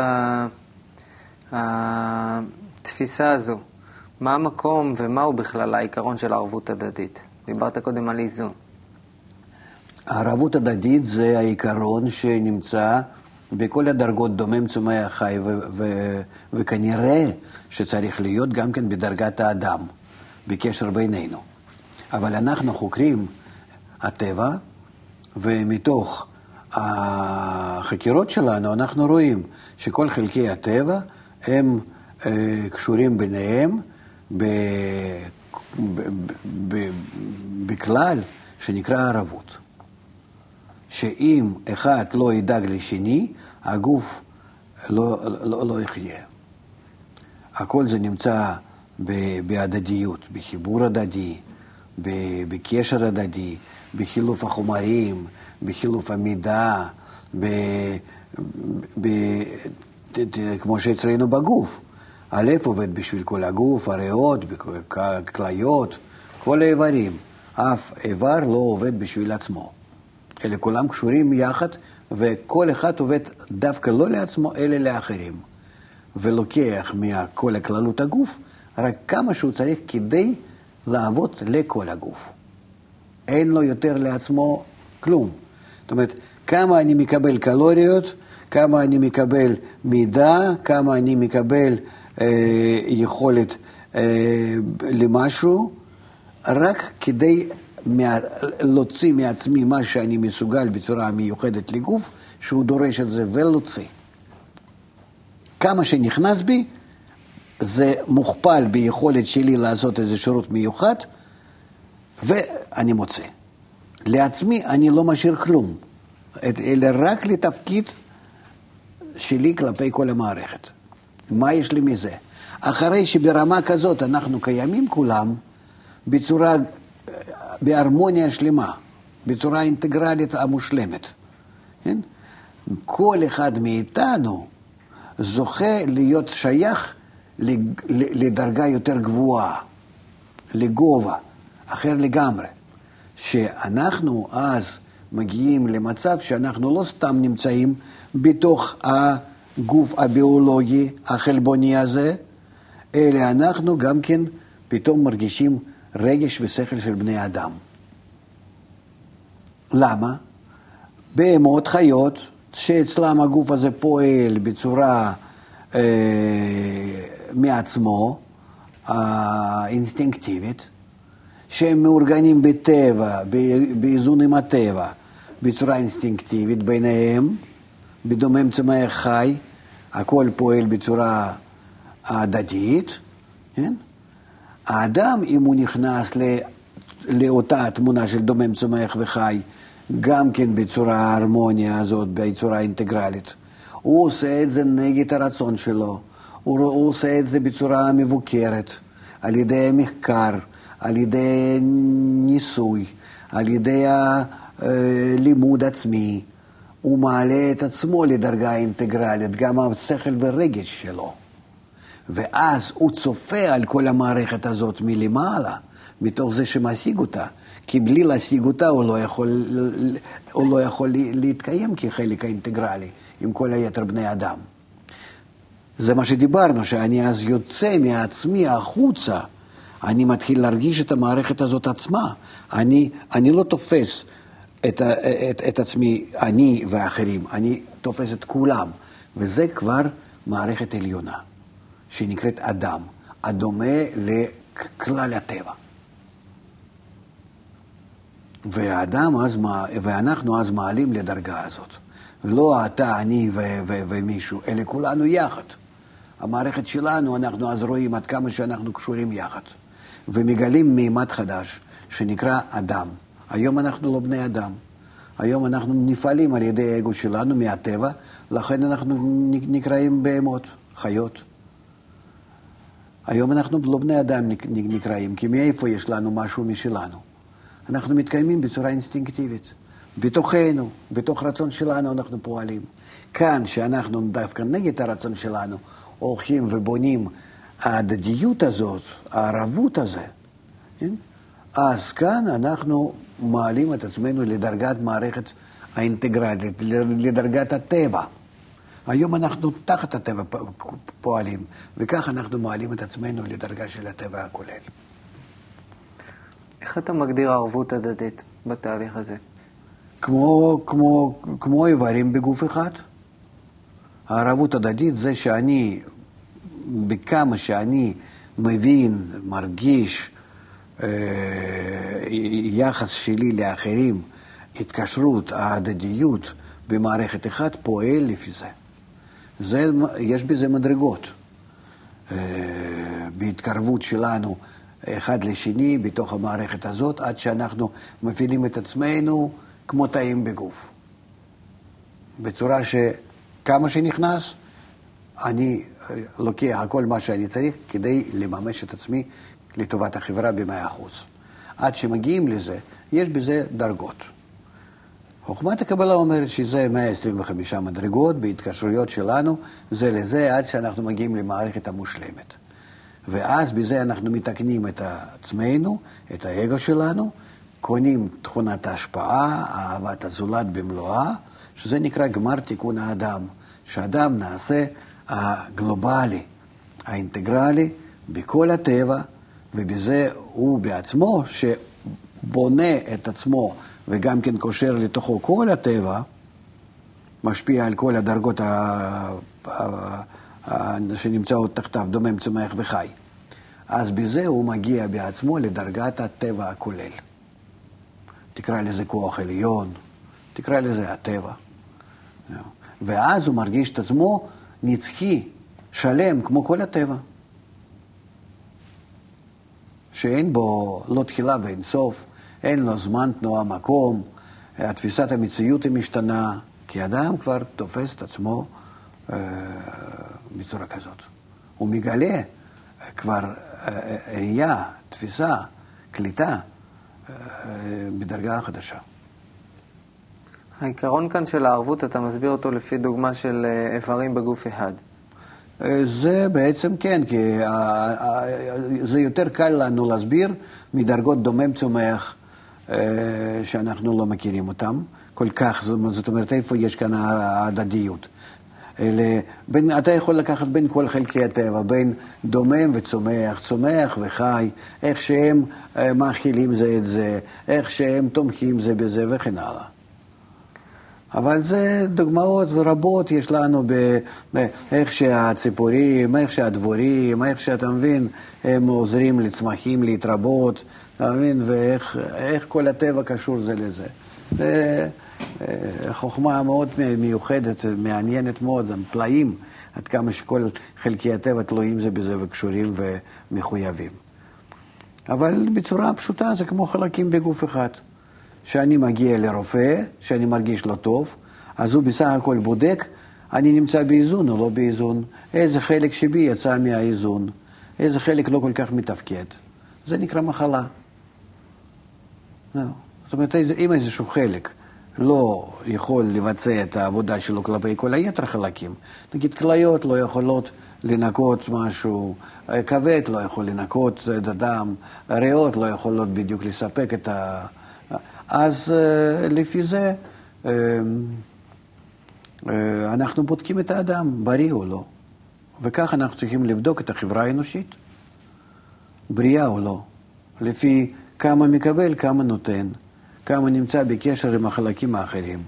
התפיסה הזו, מה המקום ומהו בכלל העיקרון של הערבות הדדית? דיברת קודם על איזון. הערבות הדדית זה העיקרון שנמצא בכל הדרגות דומם צומח חי, ו- ו- וכנראה שצריך להיות גם כן בדרגת האדם, בקשר בינינו. אבל אנחנו חוקרים הטבע, ומתוך החקירות שלנו אנחנו רואים שכל חלקי הטבע הם אה, קשורים ביניהם ב- ב- ב- בכלל שנקרא ערבות. שאם אחד לא ידאג לשני, הגוף לא, לא, לא יחיה. הכל זה נמצא בהדדיות, בחיבור הדדי, בקשר הדדי, בחילוף החומרים, בחילוף המידע, ב, ב, כמו שאצלנו בגוף. הלב עובד בשביל כל הגוף, הריאות, כליות, כל האיברים. אף איבר לא עובד בשביל עצמו. אלה כולם קשורים יחד, וכל אחד עובד דווקא לא לעצמו, אלא לאחרים. ולוקח מכל הכללות הגוף, רק כמה שהוא צריך כדי לעבוד לכל הגוף. אין לו יותר לעצמו כלום. זאת אומרת, כמה אני מקבל קלוריות, כמה אני מקבל מידע, כמה אני מקבל אה, יכולת אה, למשהו, רק כדי מה, להוציא מעצמי מה שאני מסוגל בצורה מיוחדת לגוף, שהוא דורש את זה ולהוציא. כמה שנכנס בי, זה מוכפל ביכולת שלי לעשות איזה שירות מיוחד, ואני מוצא. לעצמי אני לא משאיר כלום, אלא רק לתפקיד שלי כלפי כל המערכת. מה יש לי מזה? אחרי שברמה כזאת אנחנו קיימים כולם, בצורה, בהרמוניה שלמה, בצורה אינטגרלית המושלמת. כן? כל אחד מאיתנו זוכה להיות שייך לדרגה יותר גבוהה, לגובה, אחר לגמרי. שאנחנו אז מגיעים למצב שאנחנו לא סתם נמצאים בתוך הגוף הביולוגי החלבוני הזה, אלא אנחנו גם כן פתאום מרגישים רגש ושכל של בני אדם. למה? בהמות חיות שאצלם הגוף הזה פועל בצורה אה, מעצמו, אה, אינסטינקטיבית, שהם מאורגנים בטבע, באיזון עם הטבע, בצורה אינסטינקטיבית ביניהם, בדומם צמח חי, הכל פועל בצורה הדדית, כן? האדם, אם הוא נכנס לא, לאותה תמונה של דומם צומח וחי, גם כן בצורה ההרמוניה הזאת, בצורה אינטגרלית, הוא עושה את זה נגד הרצון שלו, הוא, הוא עושה את זה בצורה מבוקרת, על ידי המחקר, על ידי ניסוי, על ידי הלימוד עצמי, הוא מעלה את עצמו לדרגה אינטגרלית, גם השכל ורגש שלו. ואז הוא צופה על כל המערכת הזאת מלמעלה, מתוך זה שמשיג אותה. כי בלי להשיג אותה הוא לא יכול, הוא לא יכול להתקיים כחלק האינטגרלי עם כל היתר בני אדם. זה מה שדיברנו, שאני אז יוצא מעצמי החוצה, אני מתחיל להרגיש את המערכת הזאת עצמה. אני, אני לא תופס את, את, את עצמי, אני ואחרים, אני תופס את כולם. וזה כבר מערכת עליונה, שנקראת אדם, הדומה לכלל הטבע. והאדם אז, ואנחנו אז מעלים לדרגה הזאת. ולא אתה, אני ו- ו- ומישהו, אלא כולנו יחד. המערכת שלנו, אנחנו אז רואים עד כמה שאנחנו קשורים יחד. ומגלים מימד חדש, שנקרא אדם. היום אנחנו לא בני אדם. היום אנחנו נפעלים על ידי האגו שלנו מהטבע, לכן אנחנו נקראים בהמות, חיות. היום אנחנו לא בני אדם נקראים, כי מאיפה יש לנו משהו משלנו? אנחנו מתקיימים בצורה אינסטינקטיבית. בתוכנו, בתוך רצון שלנו אנחנו פועלים. כאן, שאנחנו דווקא נגד הרצון שלנו, הולכים ובונים ההדדיות הזאת, הערבות הזה, כן? אז כאן אנחנו מעלים את עצמנו לדרגת מערכת האינטגרלית, לדרגת הטבע. היום אנחנו תחת הטבע פועלים, וכך אנחנו מעלים את עצמנו לדרגה של הטבע הכולל. איך אתה מגדיר ערבות הדדית בתהליך הזה? כמו, כמו, כמו איברים בגוף אחד. הערבות הדדית זה שאני, בכמה שאני מבין, מרגיש, אה, יחס שלי לאחרים, התקשרות, ההדדיות במערכת אחת פועל לפי זה. זה, יש בזה מדרגות. בהתקרבות שלנו אחד לשני בתוך המערכת הזאת, עד שאנחנו מפעילים את עצמנו כמו תאים בגוף. בצורה שכמה שנכנס, אני לוקח כל מה שאני צריך כדי לממש את עצמי לטובת החברה במאה אחוז. עד שמגיעים לזה, יש בזה דרגות. חוכמת הקבלה אומרת שזה מאה עשרים וחמש מדרגות בהתקשרויות שלנו, זה לזה, עד שאנחנו מגיעים למערכת המושלמת. ואז בזה אנחנו מתקנים את עצמנו, את האגו שלנו, קונים תכונת ההשפעה, אהבת הזולת במלואה, שזה נקרא גמר תיקון האדם, שאדם נעשה הגלובלי, האינטגרלי, בכל הטבע, ובזה הוא בעצמו, שבונה את עצמו, וגם כן קושר לתוכו כל הטבע, משפיע על כל הדרגות שנמצאות תחתיו, דומם, צומח וחי. אז בזה הוא מגיע בעצמו לדרגת הטבע הכולל. תקרא לזה כוח עליון, תקרא לזה הטבע. ואז הוא מרגיש את עצמו נצחי, שלם, כמו כל הטבע. שאין בו לא תחילה ואין סוף, אין לו זמן, תנועה, מקום, התפיסת המציאות היא משתנה, כי אדם כבר תופס את עצמו אה, בצורה כזאת. הוא מגלה אה, כבר אה, ראייה, תפיסה, קליטה אה, בדרגה חדשה. העיקרון כאן של הערבות, אתה מסביר אותו לפי דוגמה של איברים בגוף אחד. זה בעצם כן, כי זה יותר קל לנו להסביר מדרגות דומם צומח שאנחנו לא מכירים אותם כל כך, זאת אומרת איפה יש כאן ההדדיות. בין, אתה יכול לקחת בין כל חלקי הטבע, בין דומם וצומח, צומח וחי, איך שהם מאכילים זה את זה, איך שהם תומכים זה בזה וכן הלאה. אבל זה דוגמאות רבות יש לנו באיך שהציפורים, איך שהדבורים, איך שאתה מבין, הם עוזרים לצמחים להתרבות, אתה מבין, ואיך איך כל הטבע קשור זה לזה. זה חוכמה מאוד מיוחדת, מעניינת מאוד, זה פלאים, עד כמה שכל חלקי הטבע תלויים זה בזה וקשורים ומחויבים. אבל בצורה פשוטה זה כמו חלקים בגוף אחד. שאני מגיע לרופא, שאני מרגיש לא טוב, אז הוא בסך הכל בודק, אני נמצא באיזון או לא באיזון, איזה חלק שבי יצא מהאיזון, איזה חלק לא כל כך מתפקד. זה נקרא מחלה. No. זאת אומרת, אם איזשהו חלק לא יכול לבצע את העבודה שלו כלפי כל היתר חלקים, נגיד כליות לא יכולות לנקות משהו, כבד לא יכול לנקות את הדם, ריאות לא יכולות בדיוק לספק את ה... אז לפי זה אנחנו בודקים את האדם, בריא או לא. וכך אנחנו צריכים לבדוק את החברה האנושית, בריאה או לא. לפי כמה מקבל, כמה נותן, כמה נמצא בקשר עם החלקים האחרים.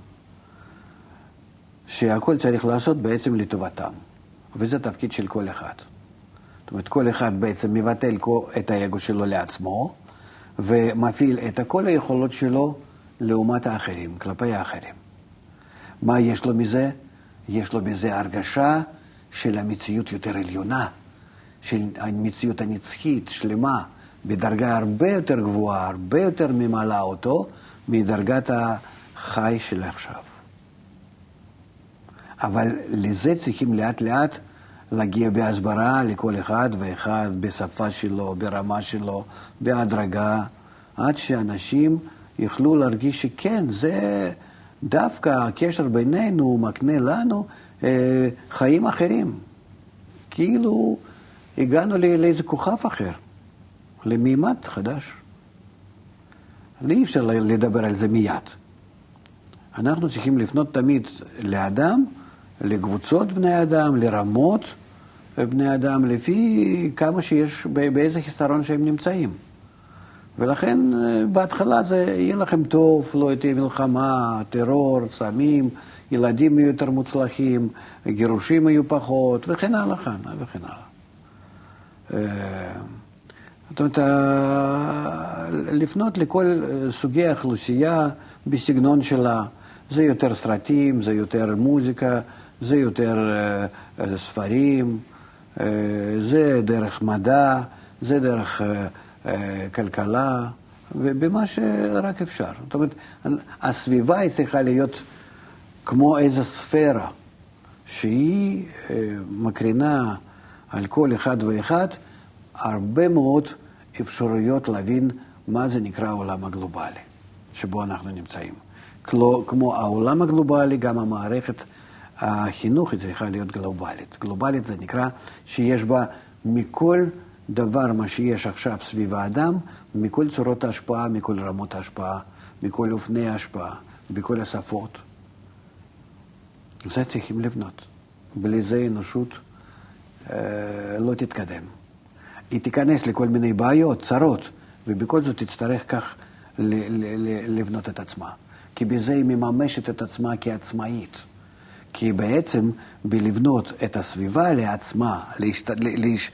שהכל צריך לעשות בעצם לטובתם. וזה תפקיד של כל אחד. זאת אומרת, כל אחד בעצם מבטל את האגו שלו לעצמו, ומפעיל את כל היכולות שלו לעומת האחרים, כלפי האחרים. מה יש לו מזה? יש לו בזה הרגשה של המציאות יותר עליונה, של המציאות הנצחית, שלמה, בדרגה הרבה יותר גבוהה, הרבה יותר ממעלה אותו, מדרגת החי של עכשיו. אבל לזה צריכים לאט לאט להגיע בהסברה לכל אחד ואחד בשפה שלו, ברמה שלו, בהדרגה, עד שאנשים יוכלו להרגיש שכן, זה דווקא הקשר בינינו מקנה לנו אה, חיים אחרים. כאילו הגענו לאיזה כוכב אחר, למימד חדש. אי אפשר לדבר על זה מיד. אנחנו צריכים לפנות תמיד לאדם, לקבוצות בני אדם, לרמות בני אדם, לפי כמה שיש, באיזה חיסרון שהם נמצאים. ולכן בהתחלה זה יהיה לכם טוב, לא תהיה מלחמה, טרור, סמים, ילדים יהיו יותר מוצלחים, גירושים יהיו פחות, וכן הלאה, וכן הלאה. זאת אומרת, לפנות לכל סוגי האוכלוסייה בסגנון שלה, זה יותר סרטים, זה יותר מוזיקה, זה יותר ספרים, זה דרך מדע, זה דרך כלכלה, במה שרק אפשר. זאת אומרת, הסביבה היא צריכה להיות כמו איזו ספירה, שהיא מקרינה על כל אחד ואחד הרבה מאוד אפשרויות להבין מה זה נקרא העולם הגלובלי, שבו אנחנו נמצאים. כמו העולם הגלובלי, גם המערכת החינוך היא צריכה להיות גלובלית. גלובלית זה נקרא שיש בה מכל דבר מה שיש עכשיו סביב האדם, מכל צורות ההשפעה, מכל רמות ההשפעה, מכל אופני ההשפעה, בכל השפות. זה צריכים לבנות. בלי זה אנושות אה, לא תתקדם. היא תיכנס לכל מיני בעיות, צרות, ובכל זאת תצטרך כך לבנות את עצמה. כי בזה היא מממשת את עצמה כעצמאית. כי בעצם בלבנות את הסביבה לעצמה, להשת... להש...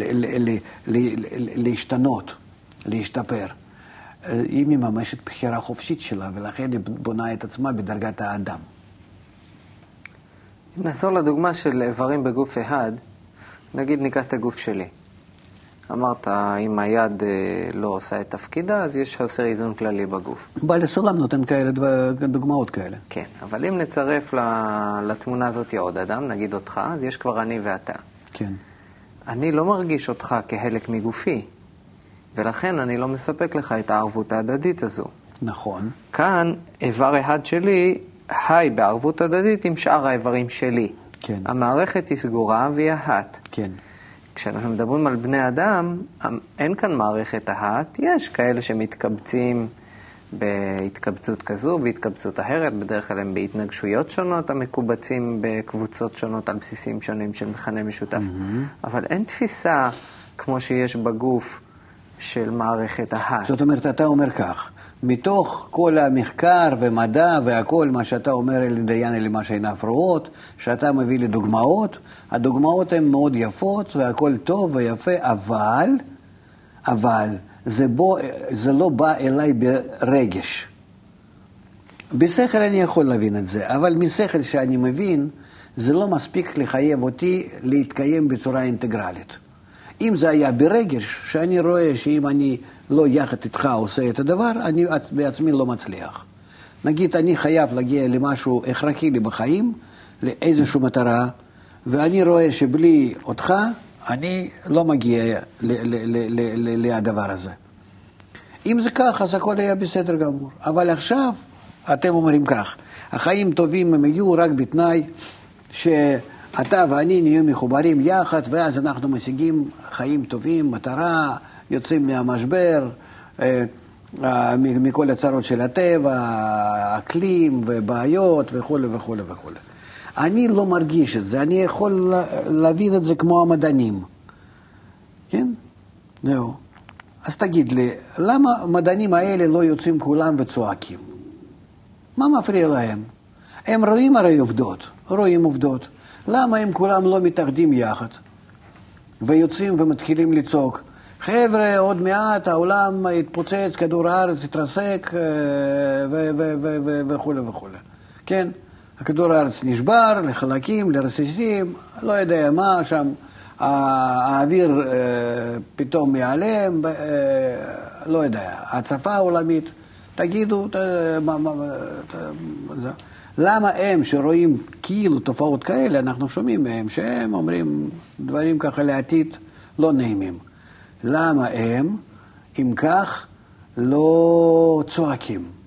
להשתנות, להשתפר, היא מממשת בחירה חופשית שלה, ולכן היא בונה את עצמה בדרגת האדם. אם נחזור לדוגמה של איברים בגוף אחד, נגיד ניקח את הגוף שלי. אמרת, אם היד לא עושה את תפקידה, אז יש חוסר איזון כללי בגוף. בעל סולם נותן כאלה דוגמאות כאלה. כן, אבל אם נצרף לתמונה הזאת עוד אדם, נגיד אותך, אז יש כבר אני ואתה. כן. אני לא מרגיש אותך כחלק מגופי, ולכן אני לא מספק לך את הערבות ההדדית הזו. נכון. כאן, איבר אחד שלי, היי בערבות הדדית עם שאר האיברים שלי. כן. המערכת היא סגורה והיא ההת. כן. כשאנחנו מדברים על בני אדם, אין כאן מערכת ההת, יש כאלה שמתקבצים בהתקבצות כזו, בהתקבצות אחרת, בדרך כלל הם בהתנגשויות שונות, המקובצים בקבוצות שונות על בסיסים שונים של מכנה משותף. Mm-hmm. אבל אין תפיסה כמו שיש בגוף של מערכת ההת. זאת אומרת, אתה אומר כך, מתוך כל המחקר ומדע והכל מה שאתה אומר אל דיין אל מה שאין הפרעות, שאתה מביא לי דוגמאות, הדוגמאות הן מאוד יפות והכל טוב ויפה, אבל, אבל זה, בו, זה לא בא אליי ברגש. בשכל אני יכול להבין את זה, אבל משכל שאני מבין, זה לא מספיק לחייב אותי להתקיים בצורה אינטגרלית. אם זה היה ברגש, שאני רואה שאם אני לא יחד איתך עושה את הדבר, אני בעצמי לא מצליח. נגיד, אני חייב להגיע למשהו הכרחי לי בחיים, לאיזושהי מטרה, ואני רואה שבלי אותך, אני לא מגיע לדבר הזה. אם זה כך, אז הכל היה בסדר גמור. אבל עכשיו, אתם אומרים כך, החיים טובים הם יהיו רק בתנאי שאתה ואני נהיו מחוברים יחד, ואז אנחנו משיגים חיים טובים, מטרה, יוצאים מהמשבר, מכל הצרות של הטבע, אקלים ובעיות וכו' וכו' וכו'. אני לא מרגיש את זה, אני יכול להבין את זה כמו המדענים. כן? זהו. אז תגיד לי, למה המדענים האלה לא יוצאים כולם וצועקים? מה מפריע להם? הם רואים הרי עובדות, רואים עובדות. למה הם כולם לא מתאחדים יחד? ויוצאים ומתחילים לצעוק. חבר'ה, עוד מעט העולם יתפוצץ, כדור הארץ יתרסק וכו' וכו'. כן? הכדור הארץ נשבר לחלקים, לרסיסים, לא יודע מה שם, האוויר פתאום ייעלם, לא יודע, הצפה העולמית. תגידו, למה הם שרואים כאילו תופעות כאלה, אנחנו שומעים מהם שהם אומרים דברים ככה לעתיד לא נעימים. למה הם, אם כך, לא צועקים?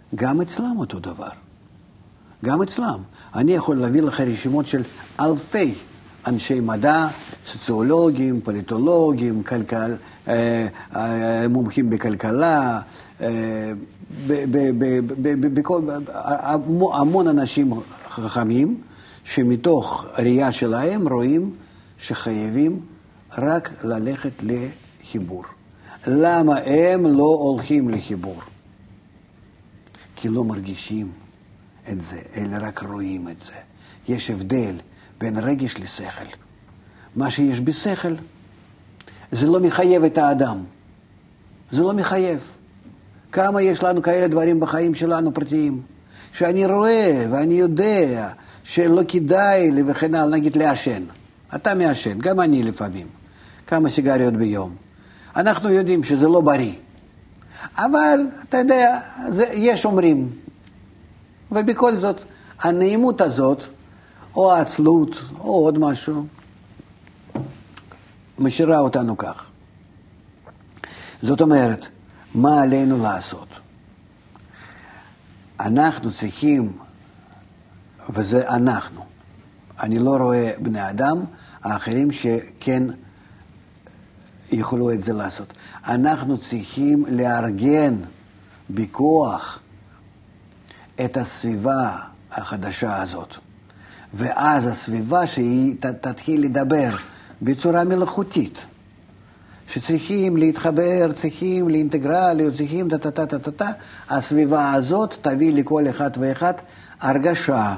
גם אצלם אותו דבר. גם אצלם. אני יכול להביא לך רשימות של אלפי אנשי מדע, סוציולוגים, פוליטולוגים, כלכל, אה, אה, מומחים בכלכלה, אה, ב, ב, ב, ב, ב, בכל, המון אנשים חכמים, שמתוך ראייה שלהם רואים שחייבים רק ללכת לחיבור. למה הם לא הולכים לחיבור? כי לא מרגישים את זה, אלא רק רואים את זה. יש הבדל בין רגש לשכל. מה שיש בשכל, זה לא מחייב את האדם. זה לא מחייב. כמה יש לנו כאלה דברים בחיים שלנו פרטיים, שאני רואה ואני יודע שלא כדאי לי וכן הלאה, נגיד לעשן. אתה מעשן, גם אני לפעמים. כמה סיגריות ביום. אנחנו יודעים שזה לא בריא. אבל, אתה יודע, זה, יש אומרים. ובכל זאת, הנעימות הזאת, או העצלות, או עוד משהו, משאירה אותנו כך. זאת אומרת, מה עלינו לעשות? אנחנו צריכים, וזה אנחנו, אני לא רואה בני אדם האחרים שכן יכולו את זה לעשות. אנחנו צריכים לארגן בכוח את הסביבה החדשה הזאת. ואז הסביבה שהיא תתחיל לדבר בצורה מלאכותית. שצריכים להתחבר, צריכים לאינטגרליות, צריכים טה-טה-טה-טה-טה. הסביבה הזאת תביא לכל אחד ואחד הרגשה.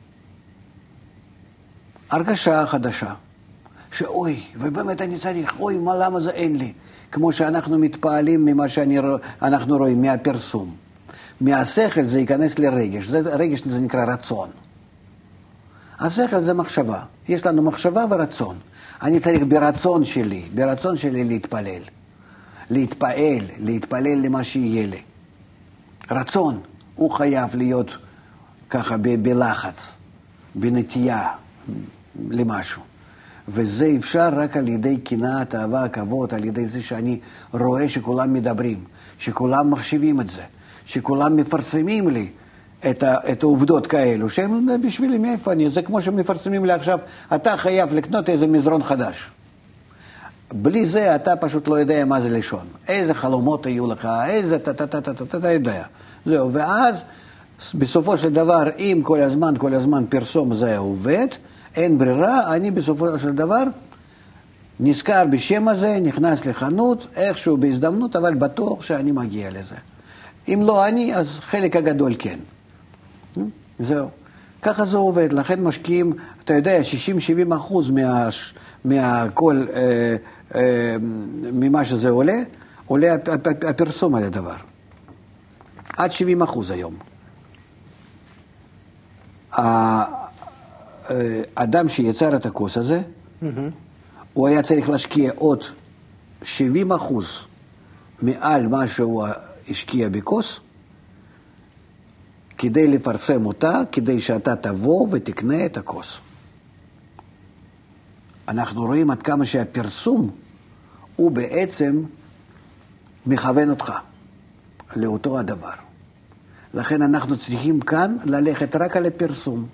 הרגשה חדשה. שאוי, ובאמת אני צריך, אוי, מה, למה זה אין לי? כמו שאנחנו מתפעלים ממה שאנחנו רואים, מהפרסום. מהשכל זה ייכנס לרגש. זה, רגש זה נקרא רצון. השכל זה מחשבה. יש לנו מחשבה ורצון. אני צריך ברצון שלי, ברצון שלי להתפלל. להתפעל, להתפלל למה שיהיה לי. רצון, הוא חייב להיות ככה ב- בלחץ, בנטייה למשהו. וזה אפשר רק על ידי קנאת, אהבה, כבוד, על ידי זה שאני רואה שכולם מדברים, שכולם מחשיבים את זה, שכולם מפרסמים לי את, ה, את העובדות כאלו, שהם בשבילי מאיפה אני, זה כמו שמפרסמים לי עכשיו, אתה חייב לקנות איזה מזרון חדש. בלי זה אתה פשוט לא יודע מה זה לשון. איזה חלומות היו לך, איזה טה-טה-טה-טה-טה, אתה יודע. זהו, ואז בסופו של דבר, אם כל הזמן, כל הזמן פרסום זה עובד, אין ברירה, אני בסופו של דבר נזכר בשם הזה, נכנס לחנות, איכשהו בהזדמנות, אבל בטוח שאני מגיע לזה. אם לא אני, אז חלק הגדול כן. זהו. ככה זה עובד, לכן משקיעים, אתה יודע, שישים שבעים אחוז מה, מהכל, אה, אה, ממה שזה עולה, עולה הפרסום על הדבר. עד שבעים אחוז היום. האדם שיצר את הכוס הזה, mm-hmm. הוא היה צריך להשקיע עוד שבעים אחוז מעל מה שהוא השקיע בכוס, כדי לפרסם אותה, כדי שאתה תבוא ותקנה את הכוס. אנחנו רואים עד כמה שהפרסום הוא בעצם מכוון אותך לאותו הדבר. לכן אנחנו צריכים כאן ללכת רק על הפרסום.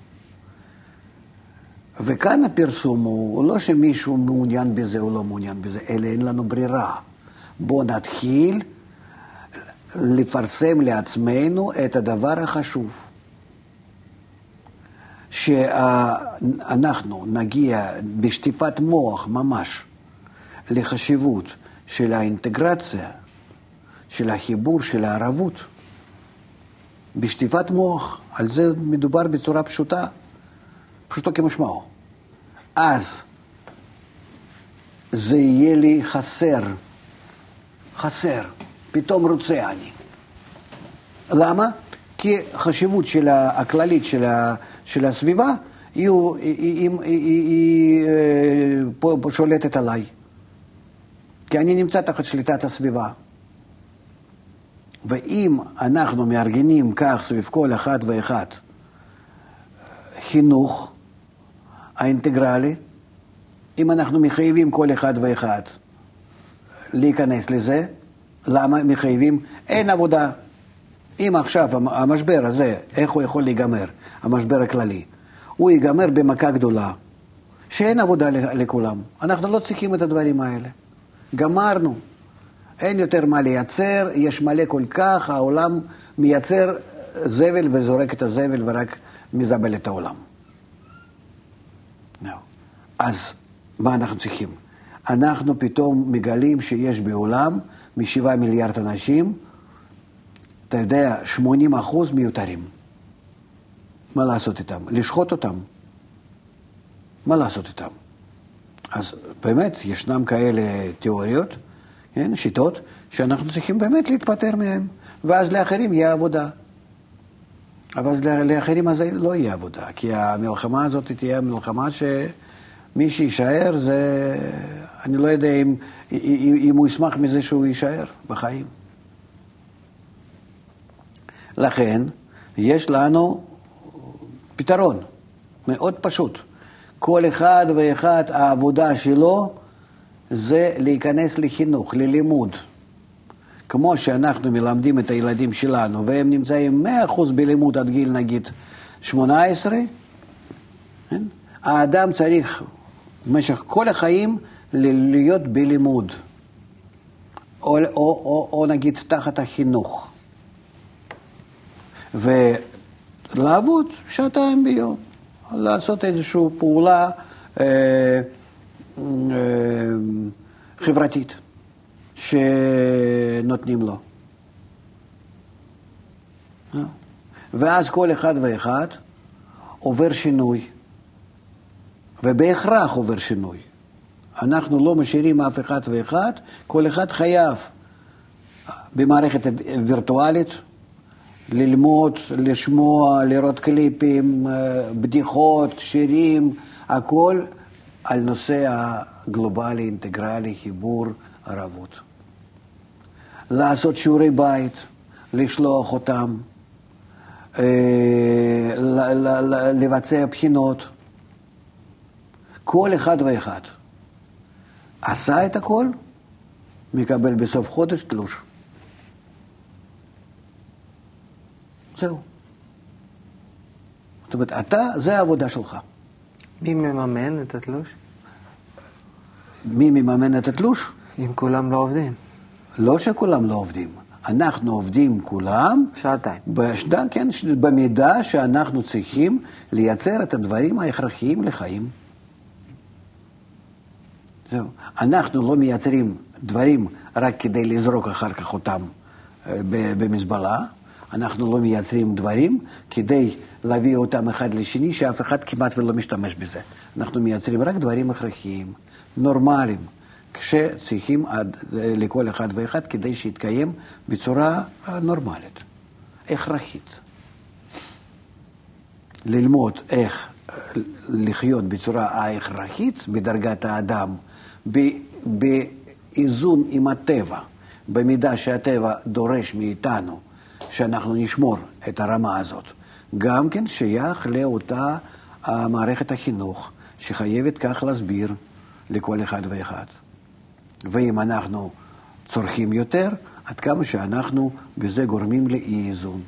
וכאן הפרסום הוא לא שמישהו מעוניין בזה או לא מעוניין בזה, אלא אין לנו ברירה. בוא נתחיל לפרסם לעצמנו את הדבר החשוב. שאנחנו נגיע בשטיפת מוח ממש לחשיבות של האינטגרציה, של החיבור, של הערבות. בשטיפת מוח, על זה מדובר בצורה פשוטה, פשוטו כמשמעו. אז זה יהיה לי חסר, חסר, פתאום רוצה אני. למה? כי חשיבות של הכללית של, ה, של הסביבה היא, היא, היא, היא, היא פה, פה שולטת עליי. כי אני נמצא תחת שליטת הסביבה. ואם אנחנו מארגנים כך סביב כל אחד ואחד חינוך האינטגרלי, אם אנחנו מחייבים כל אחד ואחד להיכנס לזה, למה מחייבים? אין עבודה. אם עכשיו המשבר הזה, איך הוא יכול להיגמר, המשבר הכללי, הוא ייגמר במכה גדולה, שאין עבודה לכולם. אנחנו לא צריכים את הדברים האלה. גמרנו. אין יותר מה לייצר, יש מלא כל כך, העולם מייצר זבל וזורק את הזבל ורק מזבל את העולם. No. אז מה אנחנו צריכים? אנחנו פתאום מגלים שיש בעולם משבעה מיליארד אנשים, אתה יודע, שמונים אחוז מיותרים. מה לעשות איתם? לשחוט אותם. מה לעשות איתם? אז באמת ישנם כאלה תיאוריות, כן, שיטות, שאנחנו צריכים באמת להתפטר מהם, ואז לאחרים יהיה עבודה. אבל לאחרים הזה לא יהיה עבודה, כי המלחמה הזאת תהיה מלחמה שמי שישאר זה, אני לא יודע אם, אם הוא ישמח מזה שהוא יישאר בחיים. לכן, יש לנו פתרון מאוד פשוט. כל אחד ואחד, העבודה שלו זה להיכנס לחינוך, ללימוד. כמו שאנחנו מלמדים את הילדים שלנו, והם נמצאים מאה אחוז בלימוד עד גיל נגיד שמונה עשרה, כן? האדם צריך במשך כל החיים להיות בלימוד, או, או, או, או נגיד תחת החינוך. ולעבוד שעתיים ביום, לעשות איזושהי פעולה אה, אה, חברתית שנותנים לו. ואז כל אחד ואחד עובר שינוי, ובהכרח עובר שינוי. אנחנו לא משאירים אף אחד ואחד, כל אחד חייב במערכת וירטואלית ללמוד, לשמוע, לראות קליפים, בדיחות, שירים, הכל על נושא הגלובלי, אינטגרלי, חיבור, ערבות. לעשות שיעורי בית, לשלוח אותם, לבצע בחינות. כל אחד ואחד עשה את הכל, מקבל בסוף חודש תלוש. זהו. זאת אומרת, אתה, זה העבודה שלך. מי מממן את התלוש? מי מממן את התלוש? אם כולם לא עובדים. לא שכולם לא עובדים. אנחנו עובדים כולם. שעתיים. בשדה, כן, במידה שאנחנו צריכים לייצר את הדברים ההכרחיים לחיים. זהו. אנחנו לא מייצרים דברים רק כדי לזרוק אחר כך אותם במזבלה. אנחנו לא מייצרים דברים כדי להביא אותם אחד לשני, שאף אחד כמעט ולא משתמש בזה. אנחנו מייצרים רק דברים הכרחיים, נורמליים, כשצריכים לכל אחד ואחד כדי שיתקיים בצורה נורמלית, הכרחית. ללמוד איך לחיות בצורה ההכרחית בדרגת האדם, באיזון עם הטבע, במידה שהטבע דורש מאיתנו, שאנחנו נשמור את הרמה הזאת. גם כן שייך לאותה מערכת החינוך, שחייבת כך להסביר לכל אחד ואחד. ואם אנחנו צורכים יותר, עד כמה שאנחנו בזה גורמים לאי איזון.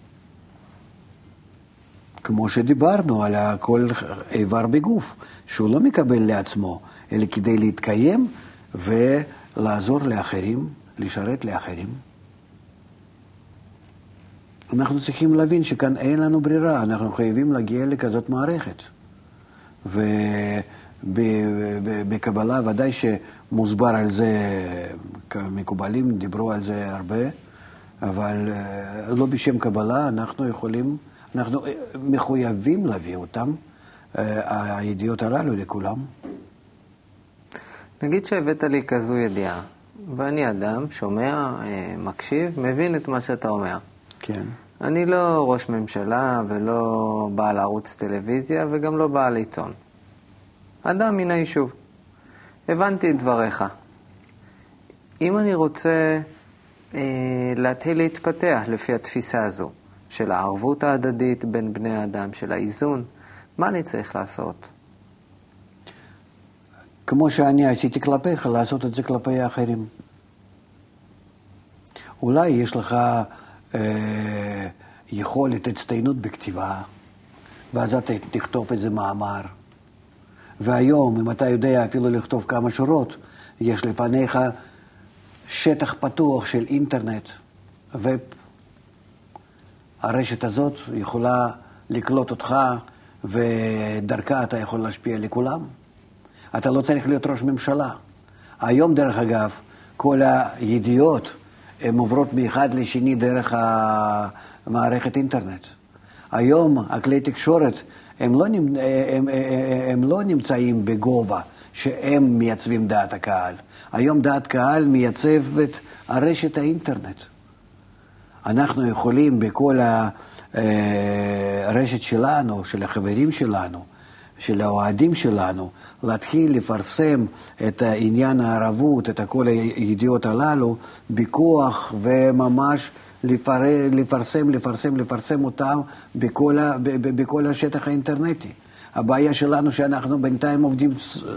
כמו שדיברנו על כל איבר בגוף, שהוא לא מקבל לעצמו, אלא כדי להתקיים ולעזור לאחרים, לשרת לאחרים. אנחנו צריכים להבין שכאן אין לנו ברירה, אנחנו חייבים להגיע לכזאת מערכת. ובקבלה ודאי שמוסבר על זה, מקובלים דיברו על זה הרבה, אבל לא בשם קבלה, אנחנו יכולים, אנחנו מחויבים להביא אותם, הידיעות הללו לכולם. נגיד שהבאת לי כזו ידיעה, ואני אדם, שומע, מקשיב, מבין את מה שאתה אומר. כן. אני לא ראש ממשלה ולא בעל ערוץ טלוויזיה וגם לא בעל עיתון. אדם מן היישוב. הבנתי את דבריך. אם אני רוצה אה, להתחיל להתפתח לפי התפיסה הזו של הערבות ההדדית בין בני האדם, של האיזון, מה אני צריך לעשות? כמו שאני עשיתי כלפיך, לעשות את זה כלפי האחרים. אולי יש לך אה, יכולת הצטיינות בכתיבה, ואז אתה תכתוב איזה מאמר. והיום, אם אתה יודע אפילו לכתוב כמה שורות, יש לפניך שטח פתוח של אינטרנט, ווב. הרשת הזאת יכולה לקלוט אותך, ודרכה אתה יכול להשפיע לכולם. אתה לא צריך להיות ראש ממשלה. היום, דרך אגב, כל הידיעות הן עוברות מאחד לשני דרך המערכת אינטרנט. היום, הכלי תקשורת, הם לא, הם, הם, הם לא נמצאים בגובה שהם מייצבים דעת הקהל. היום דעת קהל מייצבת הרשת האינטרנט. אנחנו יכולים בכל הרשת שלנו, של החברים שלנו, של האוהדים שלנו, להתחיל לפרסם את העניין הערבות, את כל הידיעות הללו, בכוח וממש לפר... לפרסם, לפרסם, לפרסם אותם בכל, ה... בכל השטח האינטרנטי. הבעיה שלנו שאנחנו בינתיים עובדים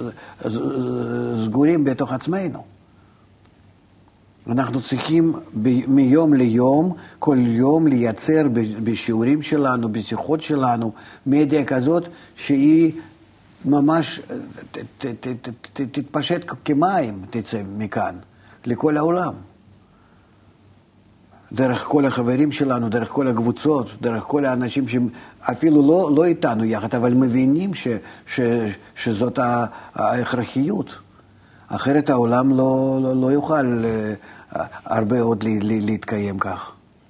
סגורים בתוך עצמנו. אנחנו צריכים ב... מיום ליום, כל יום לייצר בשיעורים שלנו, בשיחות שלנו, מדיה כזאת שהיא ממש ת... ת... ת... ת... תתפשט כמים, תצא מכאן, לכל העולם. דרך כל החברים שלנו, דרך כל הקבוצות, דרך כל האנשים שאפילו לא, לא איתנו יחד, אבל מבינים ש, ש, שזאת ההכרחיות. אחרת העולם לא, לא, לא יוכל הרבה עוד להתקיים כך.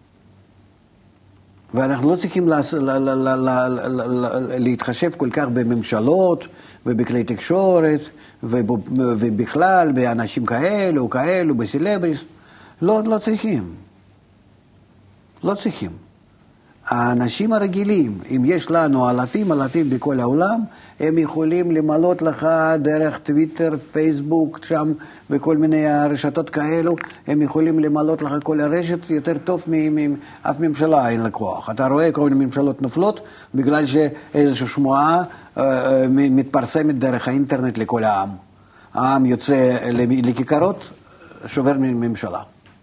ואנחנו לא צריכים לה, לה, לה, לה, לה, לה, להתחשב כל כך בממשלות ובכלי תקשורת ובכלל באנשים כאלו, כאלו, בסלבריס. לא, לא צריכים. לא צריכים. האנשים הרגילים, אם יש לנו אלפים אלפים בכל העולם, הם יכולים למלות לך דרך טוויטר, פייסבוק, שם וכל מיני הרשתות כאלו, הם יכולים למלות לך כל הרשת יותר טוב מאף ממשלה אין לה כוח. אתה רואה כל מיני ממשלות נופלות בגלל שאיזושהי שמועה אה, מתפרסמת דרך האינטרנט לכל העם. העם יוצא לכיכרות, שובר ממשלה.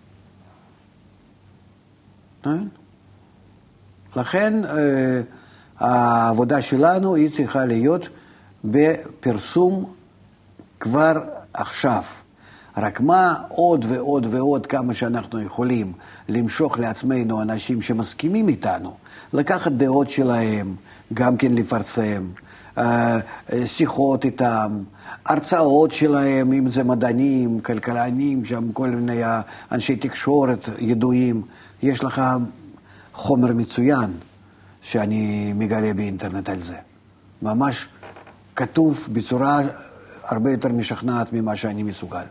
לכן העבודה שלנו היא צריכה להיות בפרסום כבר עכשיו. רק מה עוד ועוד ועוד כמה שאנחנו יכולים למשוך לעצמנו אנשים שמסכימים איתנו, לקחת דעות שלהם, גם כן לפרסם, שיחות איתם, הרצאות שלהם, אם זה מדענים, כלכלנים, שם כל מיני אנשי תקשורת ידועים. יש לך חומר מצוין שאני מגלה באינטרנט על זה. ממש כתוב בצורה הרבה יותר משכנעת ממה שאני מסוגל.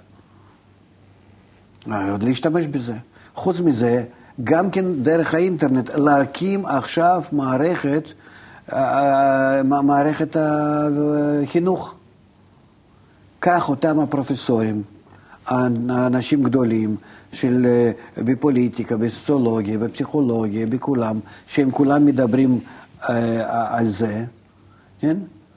עוד להשתמש בזה. חוץ מזה, גם כן דרך האינטרנט, להקים עכשיו מערכת, מערכת החינוך. כך אותם הפרופסורים, האנשים גדולים, של, בפוליטיקה, בסוציולוגיה, בפסיכולוגיה, בכולם, שהם כולם מדברים אה, על זה, כן?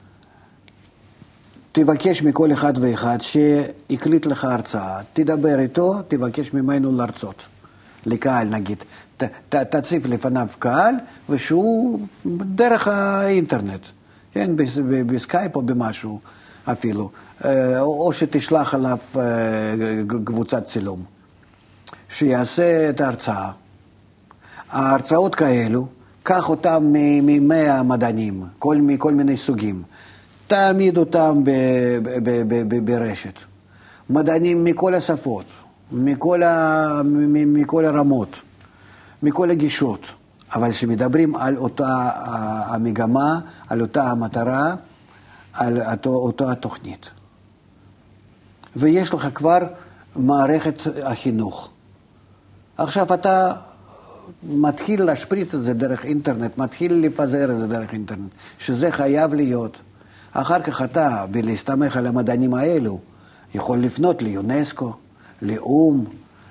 תבקש מכל אחד ואחד שיקליט לך הרצאה, תדבר איתו, תבקש ממנו להרצות, לקהל נגיד, ת, ת, תציף לפניו קהל, ושהוא דרך האינטרנט, כן? בסקייפ או במשהו אפילו, או שתשלח עליו קבוצת צילום. שיעשה את ההרצאה. ההרצאות כאלו, קח אותם ממאה מדענים, כל, מכל מיני סוגים. תעמיד אותם ב, ב, ב, ב, ברשת. מדענים מכל השפות, מכל, ה, מכל הרמות, מכל הגישות. אבל שמדברים על אותה המגמה, על אותה המטרה, על אותו, אותה התוכנית. ויש לך כבר מערכת החינוך. עכשיו אתה מתחיל להשפריץ את זה דרך אינטרנט, מתחיל לפזר את זה דרך אינטרנט, שזה חייב להיות. אחר כך אתה, בלהסתמך על המדענים האלו, יכול לפנות ליונסקו, לאום,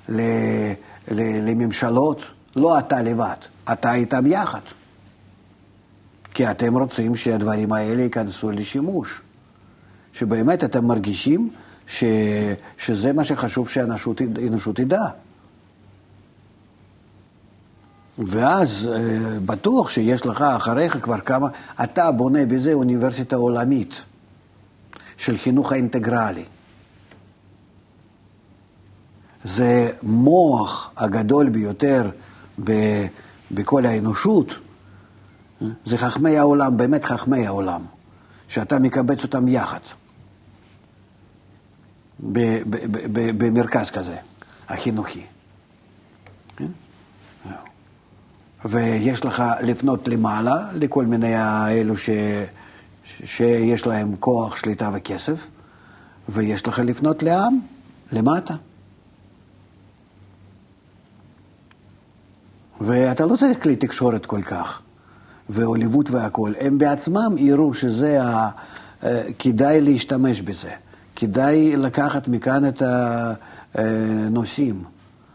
לממשלות, לא אתה לבד, אתה איתם יחד. כי אתם רוצים שהדברים האלה ייכנסו לשימוש. שבאמת אתם מרגישים ש... שזה מה שחשוב שהאנושות ידע. ואז בטוח שיש לך אחריך כבר כמה, אתה בונה בזה אוניברסיטה עולמית של חינוך האינטגרלי. זה מוח הגדול ביותר ב, בכל האנושות, זה חכמי העולם, באמת חכמי העולם, שאתה מקבץ אותם יחד, ב, ב, ב, ב, במרכז כזה, החינוכי. ויש לך לפנות למעלה, לכל מיני האלו ש, שיש להם כוח, שליטה וכסף, ויש לך לפנות לעם, למטה. ואתה לא צריך כלי תקשורת כל כך, והוליוות והכל. הם בעצמם יראו שזה ה... כדאי להשתמש בזה. כדאי לקחת מכאן את הנושאים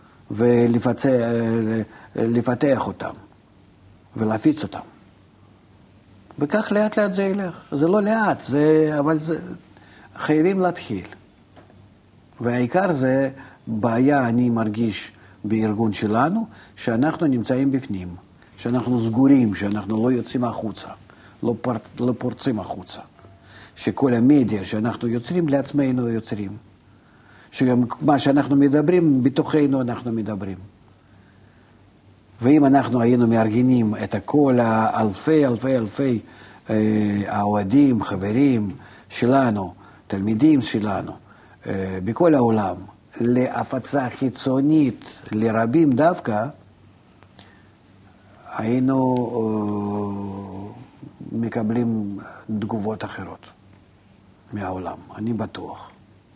ולפתח אותם ולהפיץ אותם. וכך לאט לאט זה ילך. זה לא לאט, זה... אבל זה... חייבים להתחיל. והעיקר זה בעיה, אני מרגיש בארגון שלנו, שאנחנו נמצאים בפנים, שאנחנו סגורים, שאנחנו לא יוצאים החוצה, לא, פר... לא פורצים החוצה. שכל המדיה שאנחנו יוצרים לעצמנו יוצרים. שגם מה שאנחנו מדברים, בתוכנו אנחנו מדברים. ואם אנחנו היינו מארגנים את כל האלפי, אלפי, אלפי אה, האוהדים, חברים שלנו, תלמידים שלנו, אה, בכל העולם, להפצה חיצונית לרבים דווקא, היינו אה, מקבלים תגובות אחרות מהעולם, אני בטוח.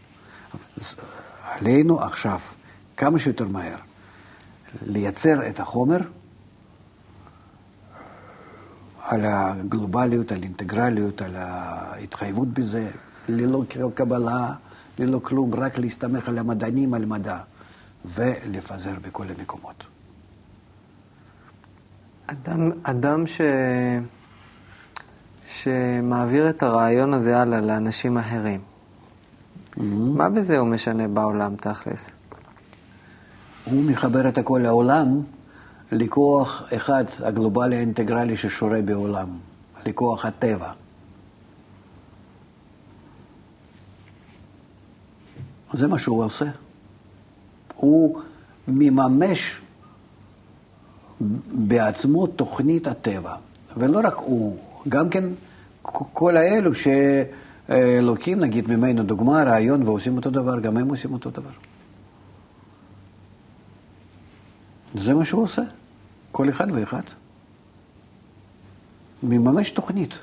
עלינו עכשיו, כמה שיותר מהר, לייצר את החומר על הגלובליות, על אינטגרליות, על ההתחייבות בזה, ללא קבלה, ללא כלום, רק להסתמך על המדענים, על מדע, ולפזר בכל המקומות. אדם, אדם ש... שמעביר את הרעיון הזה הלאה לאנשים אחרים, mm-hmm. מה בזה הוא משנה בעולם תכלס? הוא מחבר את הכל לעולם לכוח אחד, הגלובלי האינטגרלי ששורה בעולם, לכוח הטבע. זה מה שהוא עושה. הוא מממש בעצמו תוכנית הטבע. ולא רק הוא, גם כן כל האלו שלוקים, נגיד ממנו דוגמה, רעיון, ועושים אותו דבר, גם הם עושים אותו דבר. זה מה שהוא עושה, כל אחד ואחד. מממש תוכנית.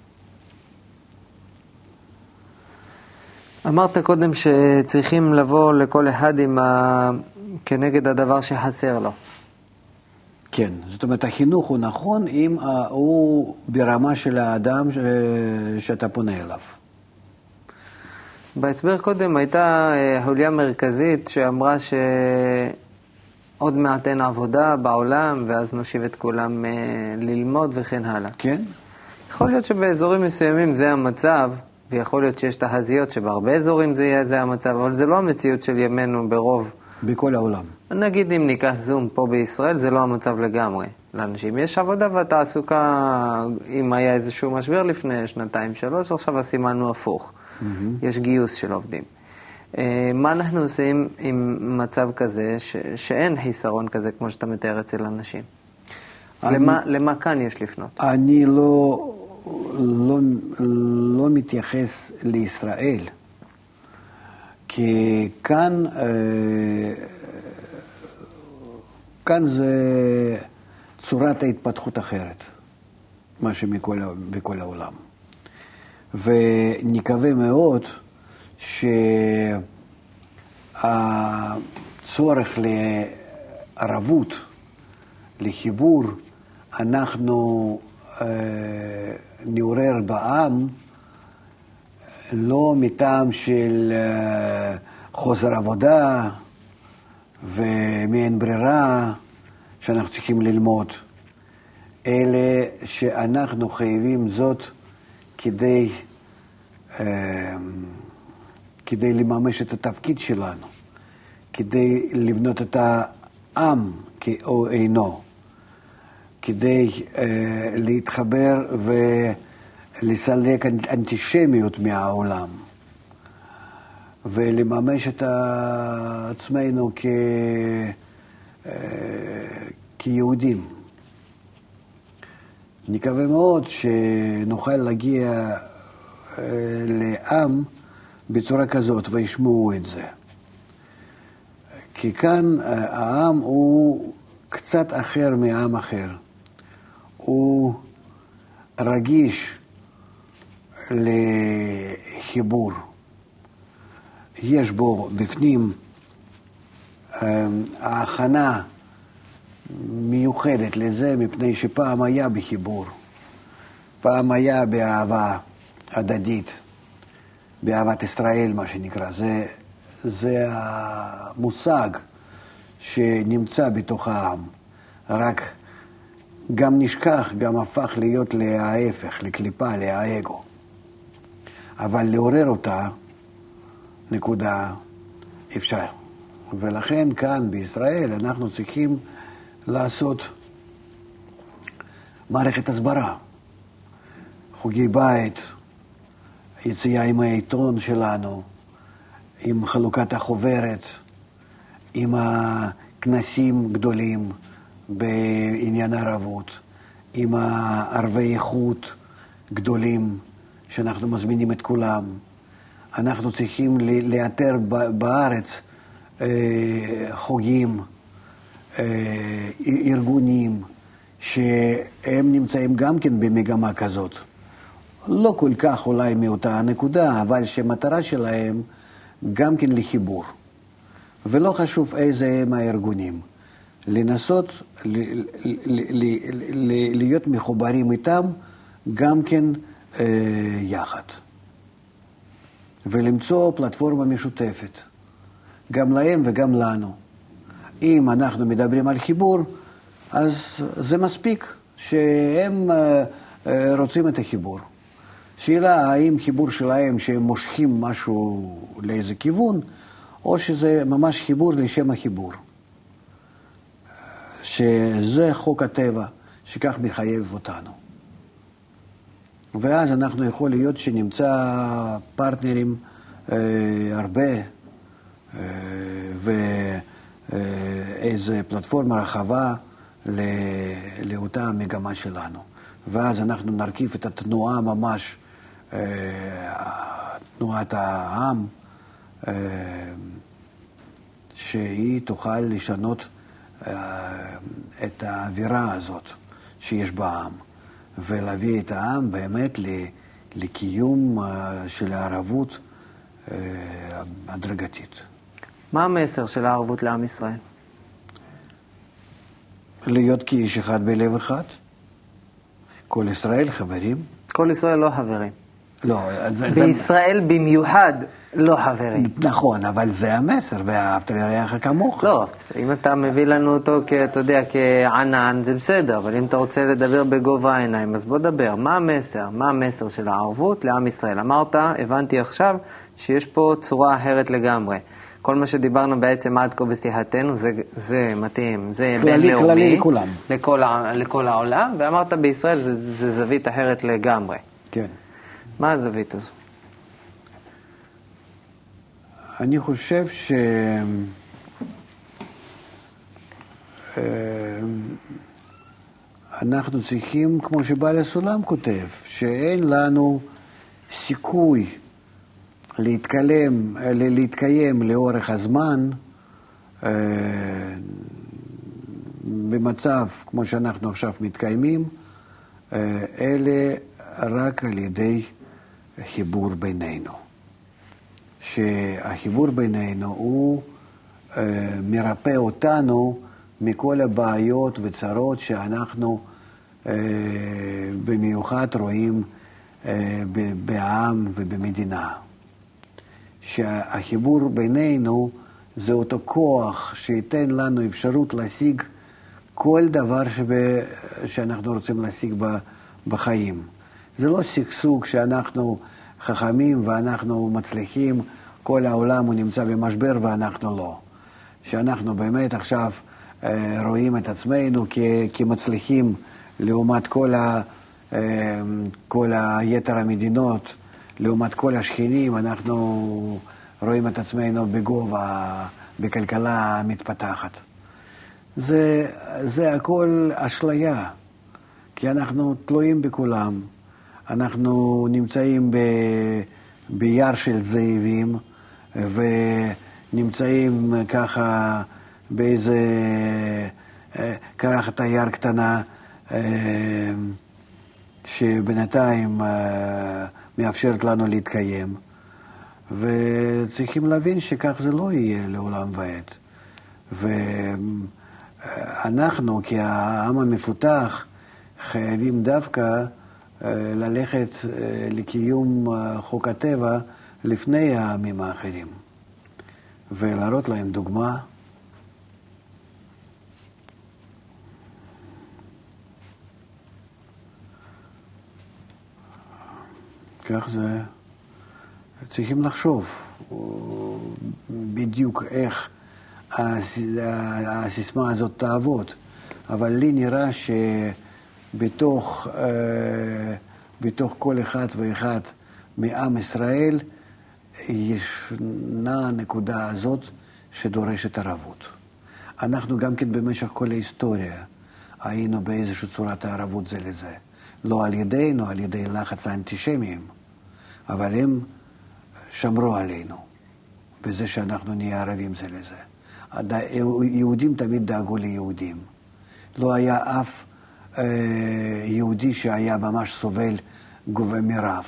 אמרת קודם שצריכים לבוא לכל אחד עם ה... כנגד הדבר שחסר לו. כן, זאת אומרת, החינוך הוא נכון אם הוא ברמה של האדם ש... שאתה פונה אליו. בהסבר קודם הייתה חוליה מרכזית שאמרה שעוד מעט אין עבודה בעולם, ואז נושיב את כולם ללמוד וכן הלאה. כן. יכול להיות שבאזורים מסוימים זה המצב, ויכול להיות שיש תחזיות שבהרבה אזורים זה יהיה זה המצב, אבל זה לא המציאות של ימינו ברוב. בכל העולם. נגיד אם ניקח זום פה בישראל, זה לא המצב לגמרי. לאנשים יש עבודה והתעסוקה, אם היה איזשהו משבר לפני שנתיים, שלוש, עכשיו הסימן הוא הפוך. Mm-hmm. יש גיוס של עובדים. מה אנחנו עושים עם מצב כזה, ש- שאין חיסרון כזה, כמו שאתה מתאר אצל אנשים? אני, למה, למה כאן יש לפנות? אני לא, לא, לא מתייחס לישראל, כי כאן, כאן זה צורת ההתפתחות אחרת, מה שמכל, בכל העולם. ונקווה מאוד שהצורך לערבות, לחיבור, אנחנו נעורר בעם, לא מטעם של חוסר עבודה ומאין ברירה שאנחנו צריכים ללמוד, אלא שאנחנו חייבים זאת כדי, כדי לממש את התפקיד שלנו, כדי לבנות את העם כאו אינו, כדי אה, להתחבר ולסלק אנטישמיות מהעולם, ולממש את עצמנו כ... אה, כיהודים. נקווה מאוד שנוכל להגיע אה, לעם בצורה כזאת וישמעו את זה. כי כאן אה, העם הוא קצת אחר מעם אחר. הוא רגיש לחיבור. יש בו בפנים אה, ההכנה מיוחדת לזה, מפני שפעם היה בחיבור. פעם היה באהבה הדדית, באהבת ישראל, מה שנקרא. זה, זה המושג שנמצא בתוך העם. רק גם נשכח, גם הפך להיות להפך, לקליפה, לאגו. אבל לעורר אותה, נקודה, אפשר. ולכן כאן בישראל אנחנו צריכים לעשות מערכת הסברה, חוגי בית, יציאה עם העיתון שלנו, עם חלוקת החוברת, עם הכנסים גדולים בעניין הערבות, עם הערבי איכות גדולים שאנחנו מזמינים את כולם. אנחנו צריכים לאתר בארץ חוגים, ארגונים שהם נמצאים גם כן במגמה כזאת. לא כל כך אולי מאותה הנקודה, אבל שמטרה שלהם גם כן לחיבור. ולא חשוב איזה הם הארגונים. לנסות ל- ל- ל- להיות מחוברים איתם גם כן אה, יחד. ולמצוא פלטפורמה משותפת. גם להם וגם לנו. אם אנחנו מדברים על חיבור, אז זה מספיק שהם רוצים את החיבור. שאלה, האם חיבור שלהם שהם מושכים משהו לאיזה כיוון, או שזה ממש חיבור לשם החיבור. שזה חוק הטבע, שכך מחייב אותנו. ואז אנחנו יכול להיות שנמצא פרטנרים אה, הרבה, אה, ו... איזו פלטפורמה רחבה לאותה המגמה שלנו. ואז אנחנו נרכיב את התנועה ממש, תנועת העם, שהיא תוכל לשנות את האווירה הזאת שיש בעם, ולהביא את העם באמת לקיום של הערבות הדרגתית. מה המסר של הערבות לעם ישראל? להיות כאיש אחד בלב אחד. כל ישראל חברים. כל ישראל לא חברים. לא, זה... בישראל זה... במיוחד לא חברים. נכון, אבל זה המסר, ואהבת לרעך כמוך. לא, אם אתה מביא לנו אותו, אתה יודע, כענן, זה בסדר, אבל אם אתה רוצה לדבר בגובה העיניים, אז בוא דבר. מה המסר? מה המסר של הערבות לעם ישראל? אמרת, הבנתי עכשיו, שיש פה צורה אחרת לגמרי. כל מה שדיברנו בעצם עד כה בשיחתנו, זה, זה מתאים, זה כללי, בינלאומי. כללי לכולם. לכל, לכל העולם, ואמרת בישראל זה, זה זווית אחרת לגמרי. כן. מה הזווית הזו? אני חושב ש... אנחנו צריכים, כמו שבעל הסולם כותב, שאין לנו סיכוי להתקיים, להתקיים לאורך הזמן במצב כמו שאנחנו עכשיו מתקיימים, אלה רק על ידי חיבור בינינו. שהחיבור בינינו הוא מרפא אותנו מכל הבעיות וצרות שאנחנו במיוחד רואים בעם ובמדינה. שהחיבור בינינו זה אותו כוח שייתן לנו אפשרות להשיג כל דבר שבא, שאנחנו רוצים להשיג בחיים. זה לא סכסוך שאנחנו חכמים ואנחנו מצליחים, כל העולם הוא נמצא במשבר ואנחנו לא. שאנחנו באמת עכשיו רואים את עצמנו כמצליחים לעומת כל, ה, כל היתר המדינות, לעומת כל השכנים, אנחנו רואים את עצמנו בגובה, בכלכלה מתפתחת. זה, זה הכל אשליה, כי אנחנו תלויים בכולם. אנחנו נמצאים ב, ביער של זאבים, ונמצאים ככה באיזה קרחת היער קטנה, שבינתיים מאפשרת לנו להתקיים. וצריכים להבין שכך זה לא יהיה לעולם ועד. ואנחנו, כעם המפותח, חייבים דווקא ללכת לקיום חוק הטבע לפני העמים האחרים, ולהראות להם דוגמה. כך זה, צריכים לחשוב בדיוק איך הסיסמה הזאת תעבוד, אבל לי נראה שבתוך בתוך כל אחד ואחד מעם ישראל ישנה הנקודה הזאת שדורשת ערבות. אנחנו גם כן במשך כל ההיסטוריה היינו באיזושהי צורת הערבות זה לזה. לא על ידינו, על ידי לחץ האנטישמיים, אבל הם שמרו עלינו בזה שאנחנו נהיה ערבים זה לזה. יהודים תמיד דאגו ליהודים. לא היה אף אה, יהודי שהיה ממש סובל גובה מרב.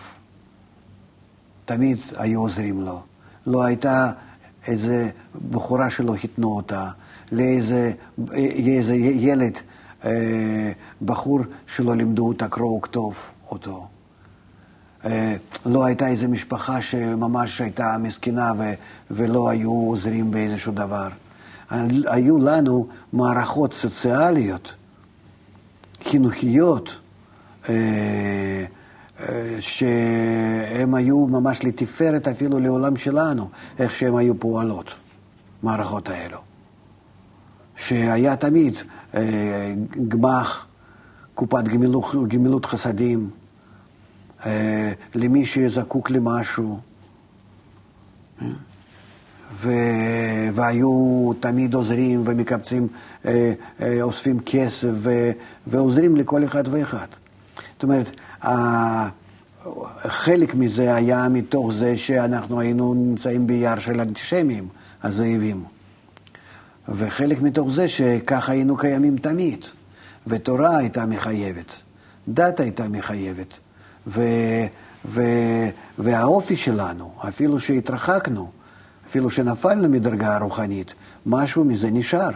תמיד היו עוזרים לו. לא הייתה איזה בחורה שלא התנו אותה, לאיזה איזה ילד, אה, בחור שלא לימדו אותה קרוא וכתוב אותו. אה, לא הייתה איזו משפחה שממש הייתה מסכנה ו, ולא היו עוזרים באיזשהו דבר. היו לנו מערכות סוציאליות, חינוכיות, אה, אה, שהם היו ממש לתפארת אפילו לעולם שלנו, איך שהם היו פועלות, מערכות האלו. שהיה תמיד אה, גמח, קופת גמילות, גמילות חסדים, אה, למי שזקוק למשהו, ו... והיו תמיד עוזרים ומקבצים, אה, אה, אוספים כסף ו... ועוזרים לכל אחד ואחד. זאת אומרת, חלק מזה היה מתוך זה שאנחנו היינו נמצאים ביער של אנטישמים, הזאבים. וחלק מתוך זה שככה היינו קיימים תמיד. ותורה הייתה מחייבת, דת הייתה מחייבת. ו... ו... והאופי שלנו, אפילו שהתרחקנו, אפילו שנפלנו מדרגה הרוחנית, משהו מזה נשאר.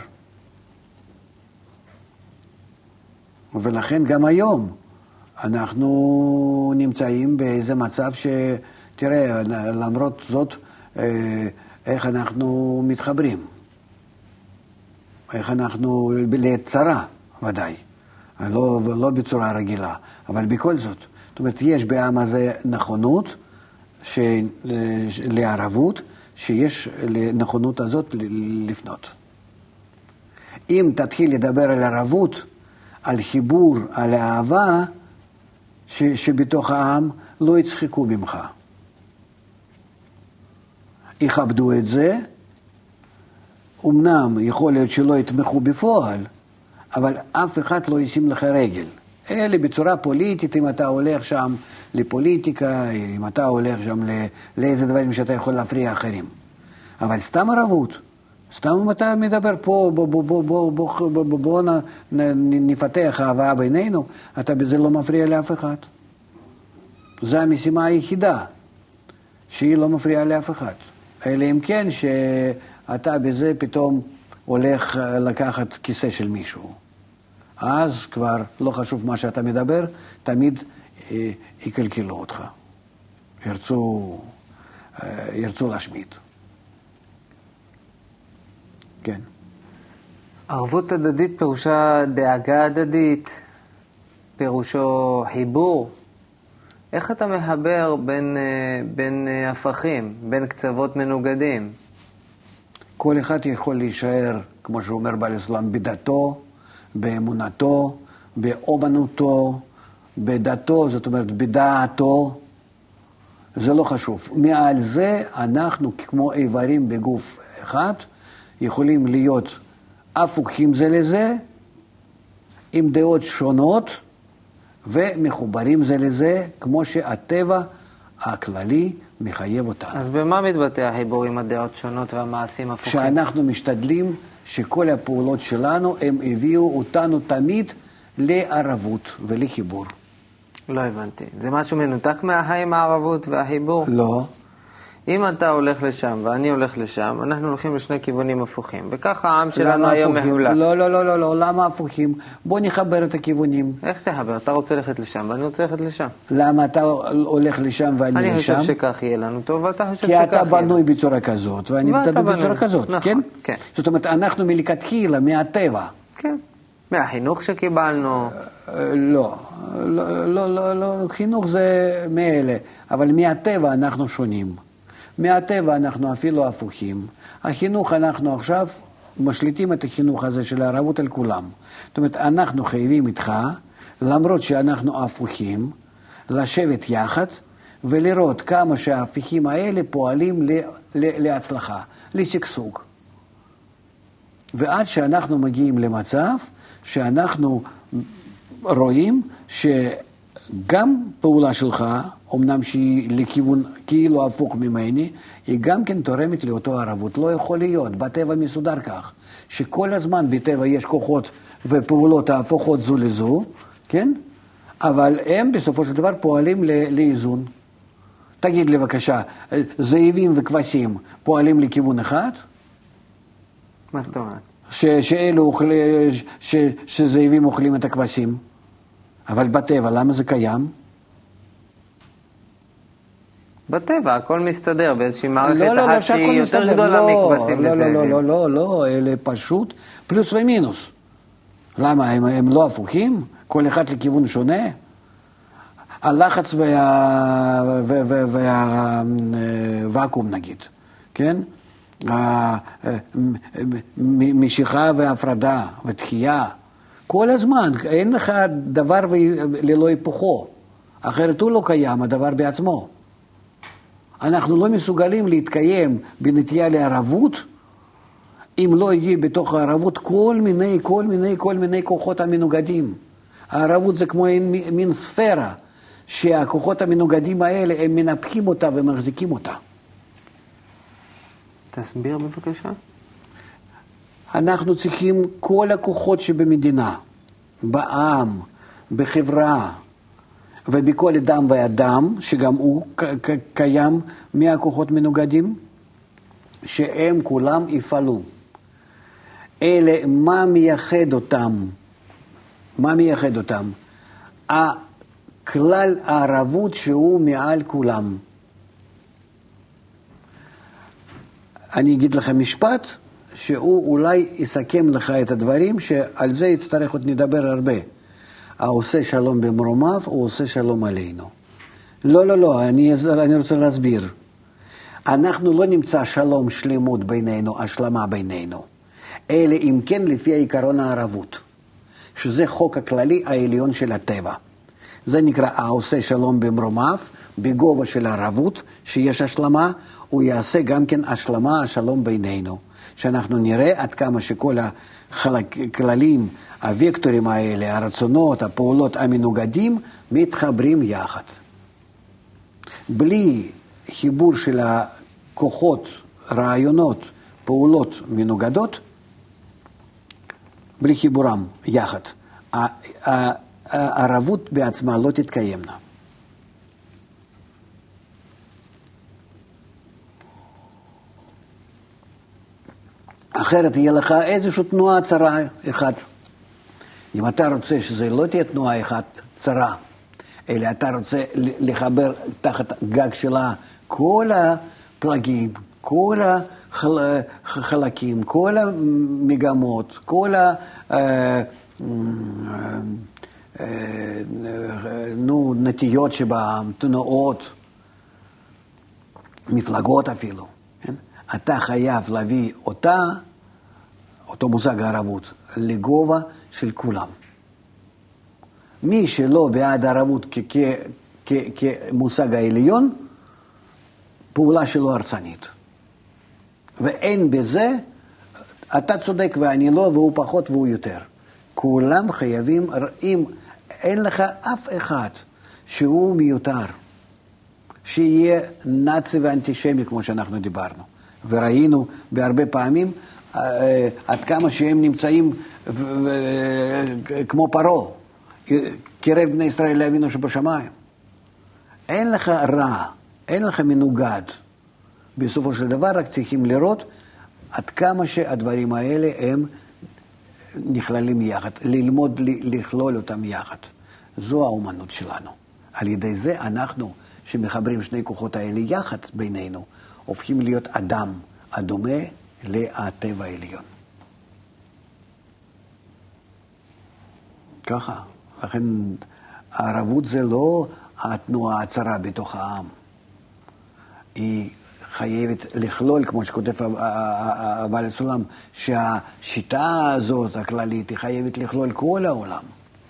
ולכן גם היום אנחנו נמצאים באיזה מצב ש... תראה, למרות זאת, איך אנחנו מתחברים. איך אנחנו, לצרה ודאי, לא, לא בצורה רגילה, אבל בכל זאת. זאת אומרת, יש בעם הזה נכונות ש... לערבות, שיש לנכונות הזאת לפנות. אם תתחיל לדבר על ערבות, על חיבור, על האהבה, ש... שבתוך העם לא יצחקו ממך. יכבדו את זה, אמנם יכול להיות שלא יתמכו בפועל, אבל אף אחד לא ישים לך רגל. אלה בצורה פוליטית, אם אתה הולך שם לפוליטיקה, אם אתה הולך שם לאיזה דברים שאתה יכול להפריע אחרים. אבל סתם ערבות, סתם אם אתה מדבר פה, בוא, בוא, בוא, בוא, בוא, בוא, בוא, בוא נפתח אהבה בינינו, אתה בזה לא מפריע לאף אחד. זו המשימה היחידה, שהיא לא מפריעה לאף אחד. אלא אם כן שאתה בזה פתאום הולך לקחת כיסא של מישהו. אז כבר לא חשוב מה שאתה מדבר, תמיד אה, יקלקלו אותך. ירצו, אה, ירצו להשמיד. כן. ערבות הדדית פירושה דאגה הדדית, פירושו חיבור. איך אתה מחבר בין, בין הפכים, בין קצוות מנוגדים? כל אחד יכול להישאר, כמו שאומר בעל הסולם, בדתו, באמונתו, באומנותו, בדתו, זאת אומרת בדעתו, זה לא חשוב. מעל זה אנחנו, כמו איברים בגוף אחד, יכולים להיות הפוכים זה לזה, עם דעות שונות, ומחוברים זה לזה, כמו שהטבע הכללי מחייב אותנו. אז במה מתבטא החיבור עם הדעות שונות והמעשים הפוכים? שאנחנו משתדלים שכל הפעולות שלנו, הם הביאו אותנו תמיד לערבות ולחיבור. לא הבנתי. זה משהו מנותק מהחיים, הערבות והחיבור? לא. אם אתה הולך לשם ואני הולך לשם, אנחנו הולכים לשני כיוונים הפוכים. וככה העם שלנו היום מחולק. לא, לא, לא, לא, לא, למה הפוכים? בוא נחבר את הכיוונים. איך תחבר? אתה רוצה ללכת לשם ואני רוצה ללכת לשם. למה אתה הולך לשם ואני אני לשם? חושב שכך יהיה לנו טוב, ואתה חושב שכך כי יהיה. אתה בנוי בצורה כזאת, ואני בנוי בצורה כזאת, נכון, כן? כן. זאת אומרת, אנחנו מלכתחילה, מהטבע. כן. מהחינוך שקיבלנו. לא, לא, לא, לא, לא, חינוך זה מאלה, אבל מהטבע אנחנו שונים. מהטבע אנחנו אפילו הפוכים. החינוך אנחנו עכשיו משליטים את החינוך הזה של הערבות על כולם. זאת אומרת, אנחנו חייבים איתך, למרות שאנחנו הפוכים, לשבת יחד ולראות כמה שההפוכים האלה פועלים ל, ל, להצלחה, לשגשוג. ועד שאנחנו מגיעים למצב שאנחנו רואים שגם פעולה שלך, אמנם שהיא לכיוון כאילו הפוך ממני, היא גם כן תורמת לאותו ערבות. לא יכול להיות, בטבע מסודר כך, שכל הזמן בטבע יש כוחות ופעולות ההפוכות זו לזו, כן? אבל הם בסופו של דבר פועלים לאיזון. תגיד לי בבקשה, זאבים וכבשים פועלים לכיוון אחד? מה זאת אומרת? ש, שאלו אוכל, ש, שזאבים אוכלים את הכבשים. אבל בטבע, למה זה קיים? בטבע, הכל מסתדר באיזושהי מערכת לא, לא, אחת לא, שהיא יותר מסתדר. גדולה לא, מכבשים לא, לזאבים. לא, לא, לא, לא, אלה פשוט פלוס ומינוס. למה? הם, הם לא הפוכים? כל אחד לכיוון שונה? הלחץ וה, וה, וה, וה, והוואקום נגיד, כן? משיכה והפרדה ותחייה. כל הזמן, אין לך דבר ללא היפוכו. אחרת הוא לא קיים, הדבר בעצמו. אנחנו לא מסוגלים להתקיים בנטייה לערבות, אם לא יהיה בתוך הערבות כל מיני, כל מיני, כל מיני כוחות המנוגדים. הערבות זה כמו מין ספירה, שהכוחות המנוגדים האלה, הם מנפחים אותה ומחזיקים אותה. תסביר בבקשה. אנחנו צריכים כל הכוחות שבמדינה, בעם, בחברה, ובכל אדם ואדם, שגם הוא קיים מהכוחות מנוגדים, שהם כולם יפעלו. אלה, מה מייחד אותם? מה מייחד אותם? הכלל הערבות שהוא מעל כולם. אני אגיד לך משפט, שהוא אולי יסכם לך את הדברים, שעל זה יצטרך עוד נדבר הרבה. העושה שלום במרומיו, הוא עושה שלום עלינו. לא, לא, לא, אני, אני רוצה להסביר. אנחנו לא נמצא שלום שלמות בינינו, השלמה בינינו. אלא אם כן לפי העיקרון הערבות, שזה חוק הכללי העליון של הטבע. זה נקרא העושה שלום במרומיו, בגובה של הערבות, שיש השלמה, הוא יעשה גם כן השלמה, השלום בינינו. שאנחנו נראה עד כמה שכל הכללים, הוקטורים האלה, הרצונות, הפעולות המנוגדים, מתחברים יחד. בלי חיבור של הכוחות, רעיונות, פעולות מנוגדות, בלי חיבורם יחד, הערבות בעצמה לא תתקיימנה. אחרת יהיה לך איזושהי תנועה צרה אחת. אם אתה רוצה שזה לא תהיה תנועה אחת צרה, אלא אתה רוצה לחבר תחת גג שלה כל הפלגים, כל החלקים, כל המגמות, כל הנטיות שבעם, תנועות, מפלגות אפילו. אתה חייב להביא אותה, אותו מושג הערבות, לגובה של כולם. מי שלא בעד הערבות כ- כ- כ- כמושג העליון, פעולה שלו הרצנית. ואין בזה, אתה צודק ואני לא, והוא פחות והוא יותר. כולם חייבים, אם אין לך אף אחד שהוא מיותר, שיהיה נאצי ואנטישמי כמו שאנחנו דיברנו. וראינו בהרבה פעמים עד כמה שהם נמצאים כמו פרו, קרב בני ישראל לאבינו שבשמיים. אין לך רע, אין לך מנוגד. בסופו של דבר רק צריכים לראות עד כמה שהדברים האלה הם נכללים יחד, ללמוד לכלול אותם יחד. זו האומנות שלנו. על ידי זה אנחנו, שמחברים שני כוחות האלה יחד בינינו, הופכים להיות אדם הדומה לטבע העליון. ככה. לכן הערבות זה לא התנועה הצרה בתוך העם. היא חייבת לכלול, כמו שכותב הבעל הסולם, שהשיטה הזאת הכללית היא חייבת לכלול כל העולם.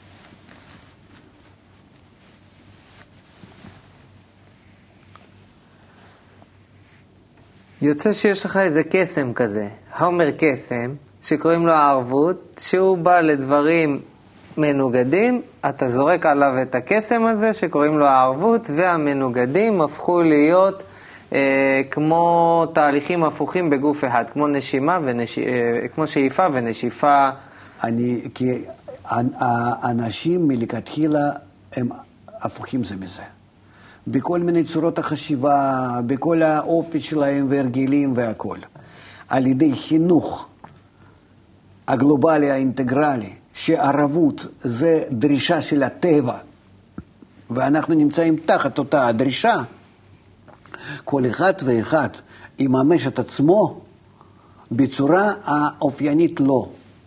יוצא שיש לך איזה קסם כזה, חומר קסם, שקוראים לו הערבות, שהוא בא לדברים מנוגדים, אתה זורק עליו את הקסם הזה שקוראים לו הערבות, והמנוגדים הפכו להיות אה, כמו תהליכים הפוכים בגוף אחד, כמו נשימה ונש... אה, כמו שאיפה ונשיפה. אני, כי האנשים מלכתחילה הם הפוכים זה מזה. בכל מיני צורות החשיבה, בכל האופי שלהם והרגלים והכל. על ידי חינוך הגלובלי האינטגרלי, שערבות זה דרישה של הטבע, ואנחנו נמצאים תחת אותה הדרישה, כל אחד ואחד יממש את עצמו בצורה האופיינית לו,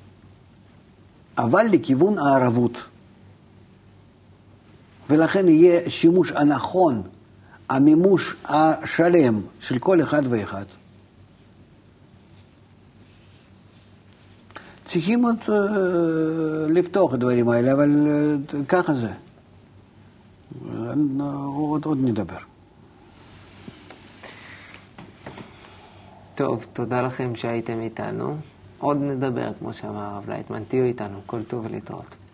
אבל לכיוון הערבות. ולכן יהיה שימוש הנכון, המימוש השלם של כל אחד ואחד. צריכים עוד uh, לפתוח את הדברים האלה, אבל uh, ככה זה. עוד, עוד נדבר. טוב, תודה לכם שהייתם איתנו. עוד נדבר, כמו שאמר הרב לייטמן. תהיו איתנו, כל טוב ולהתראות.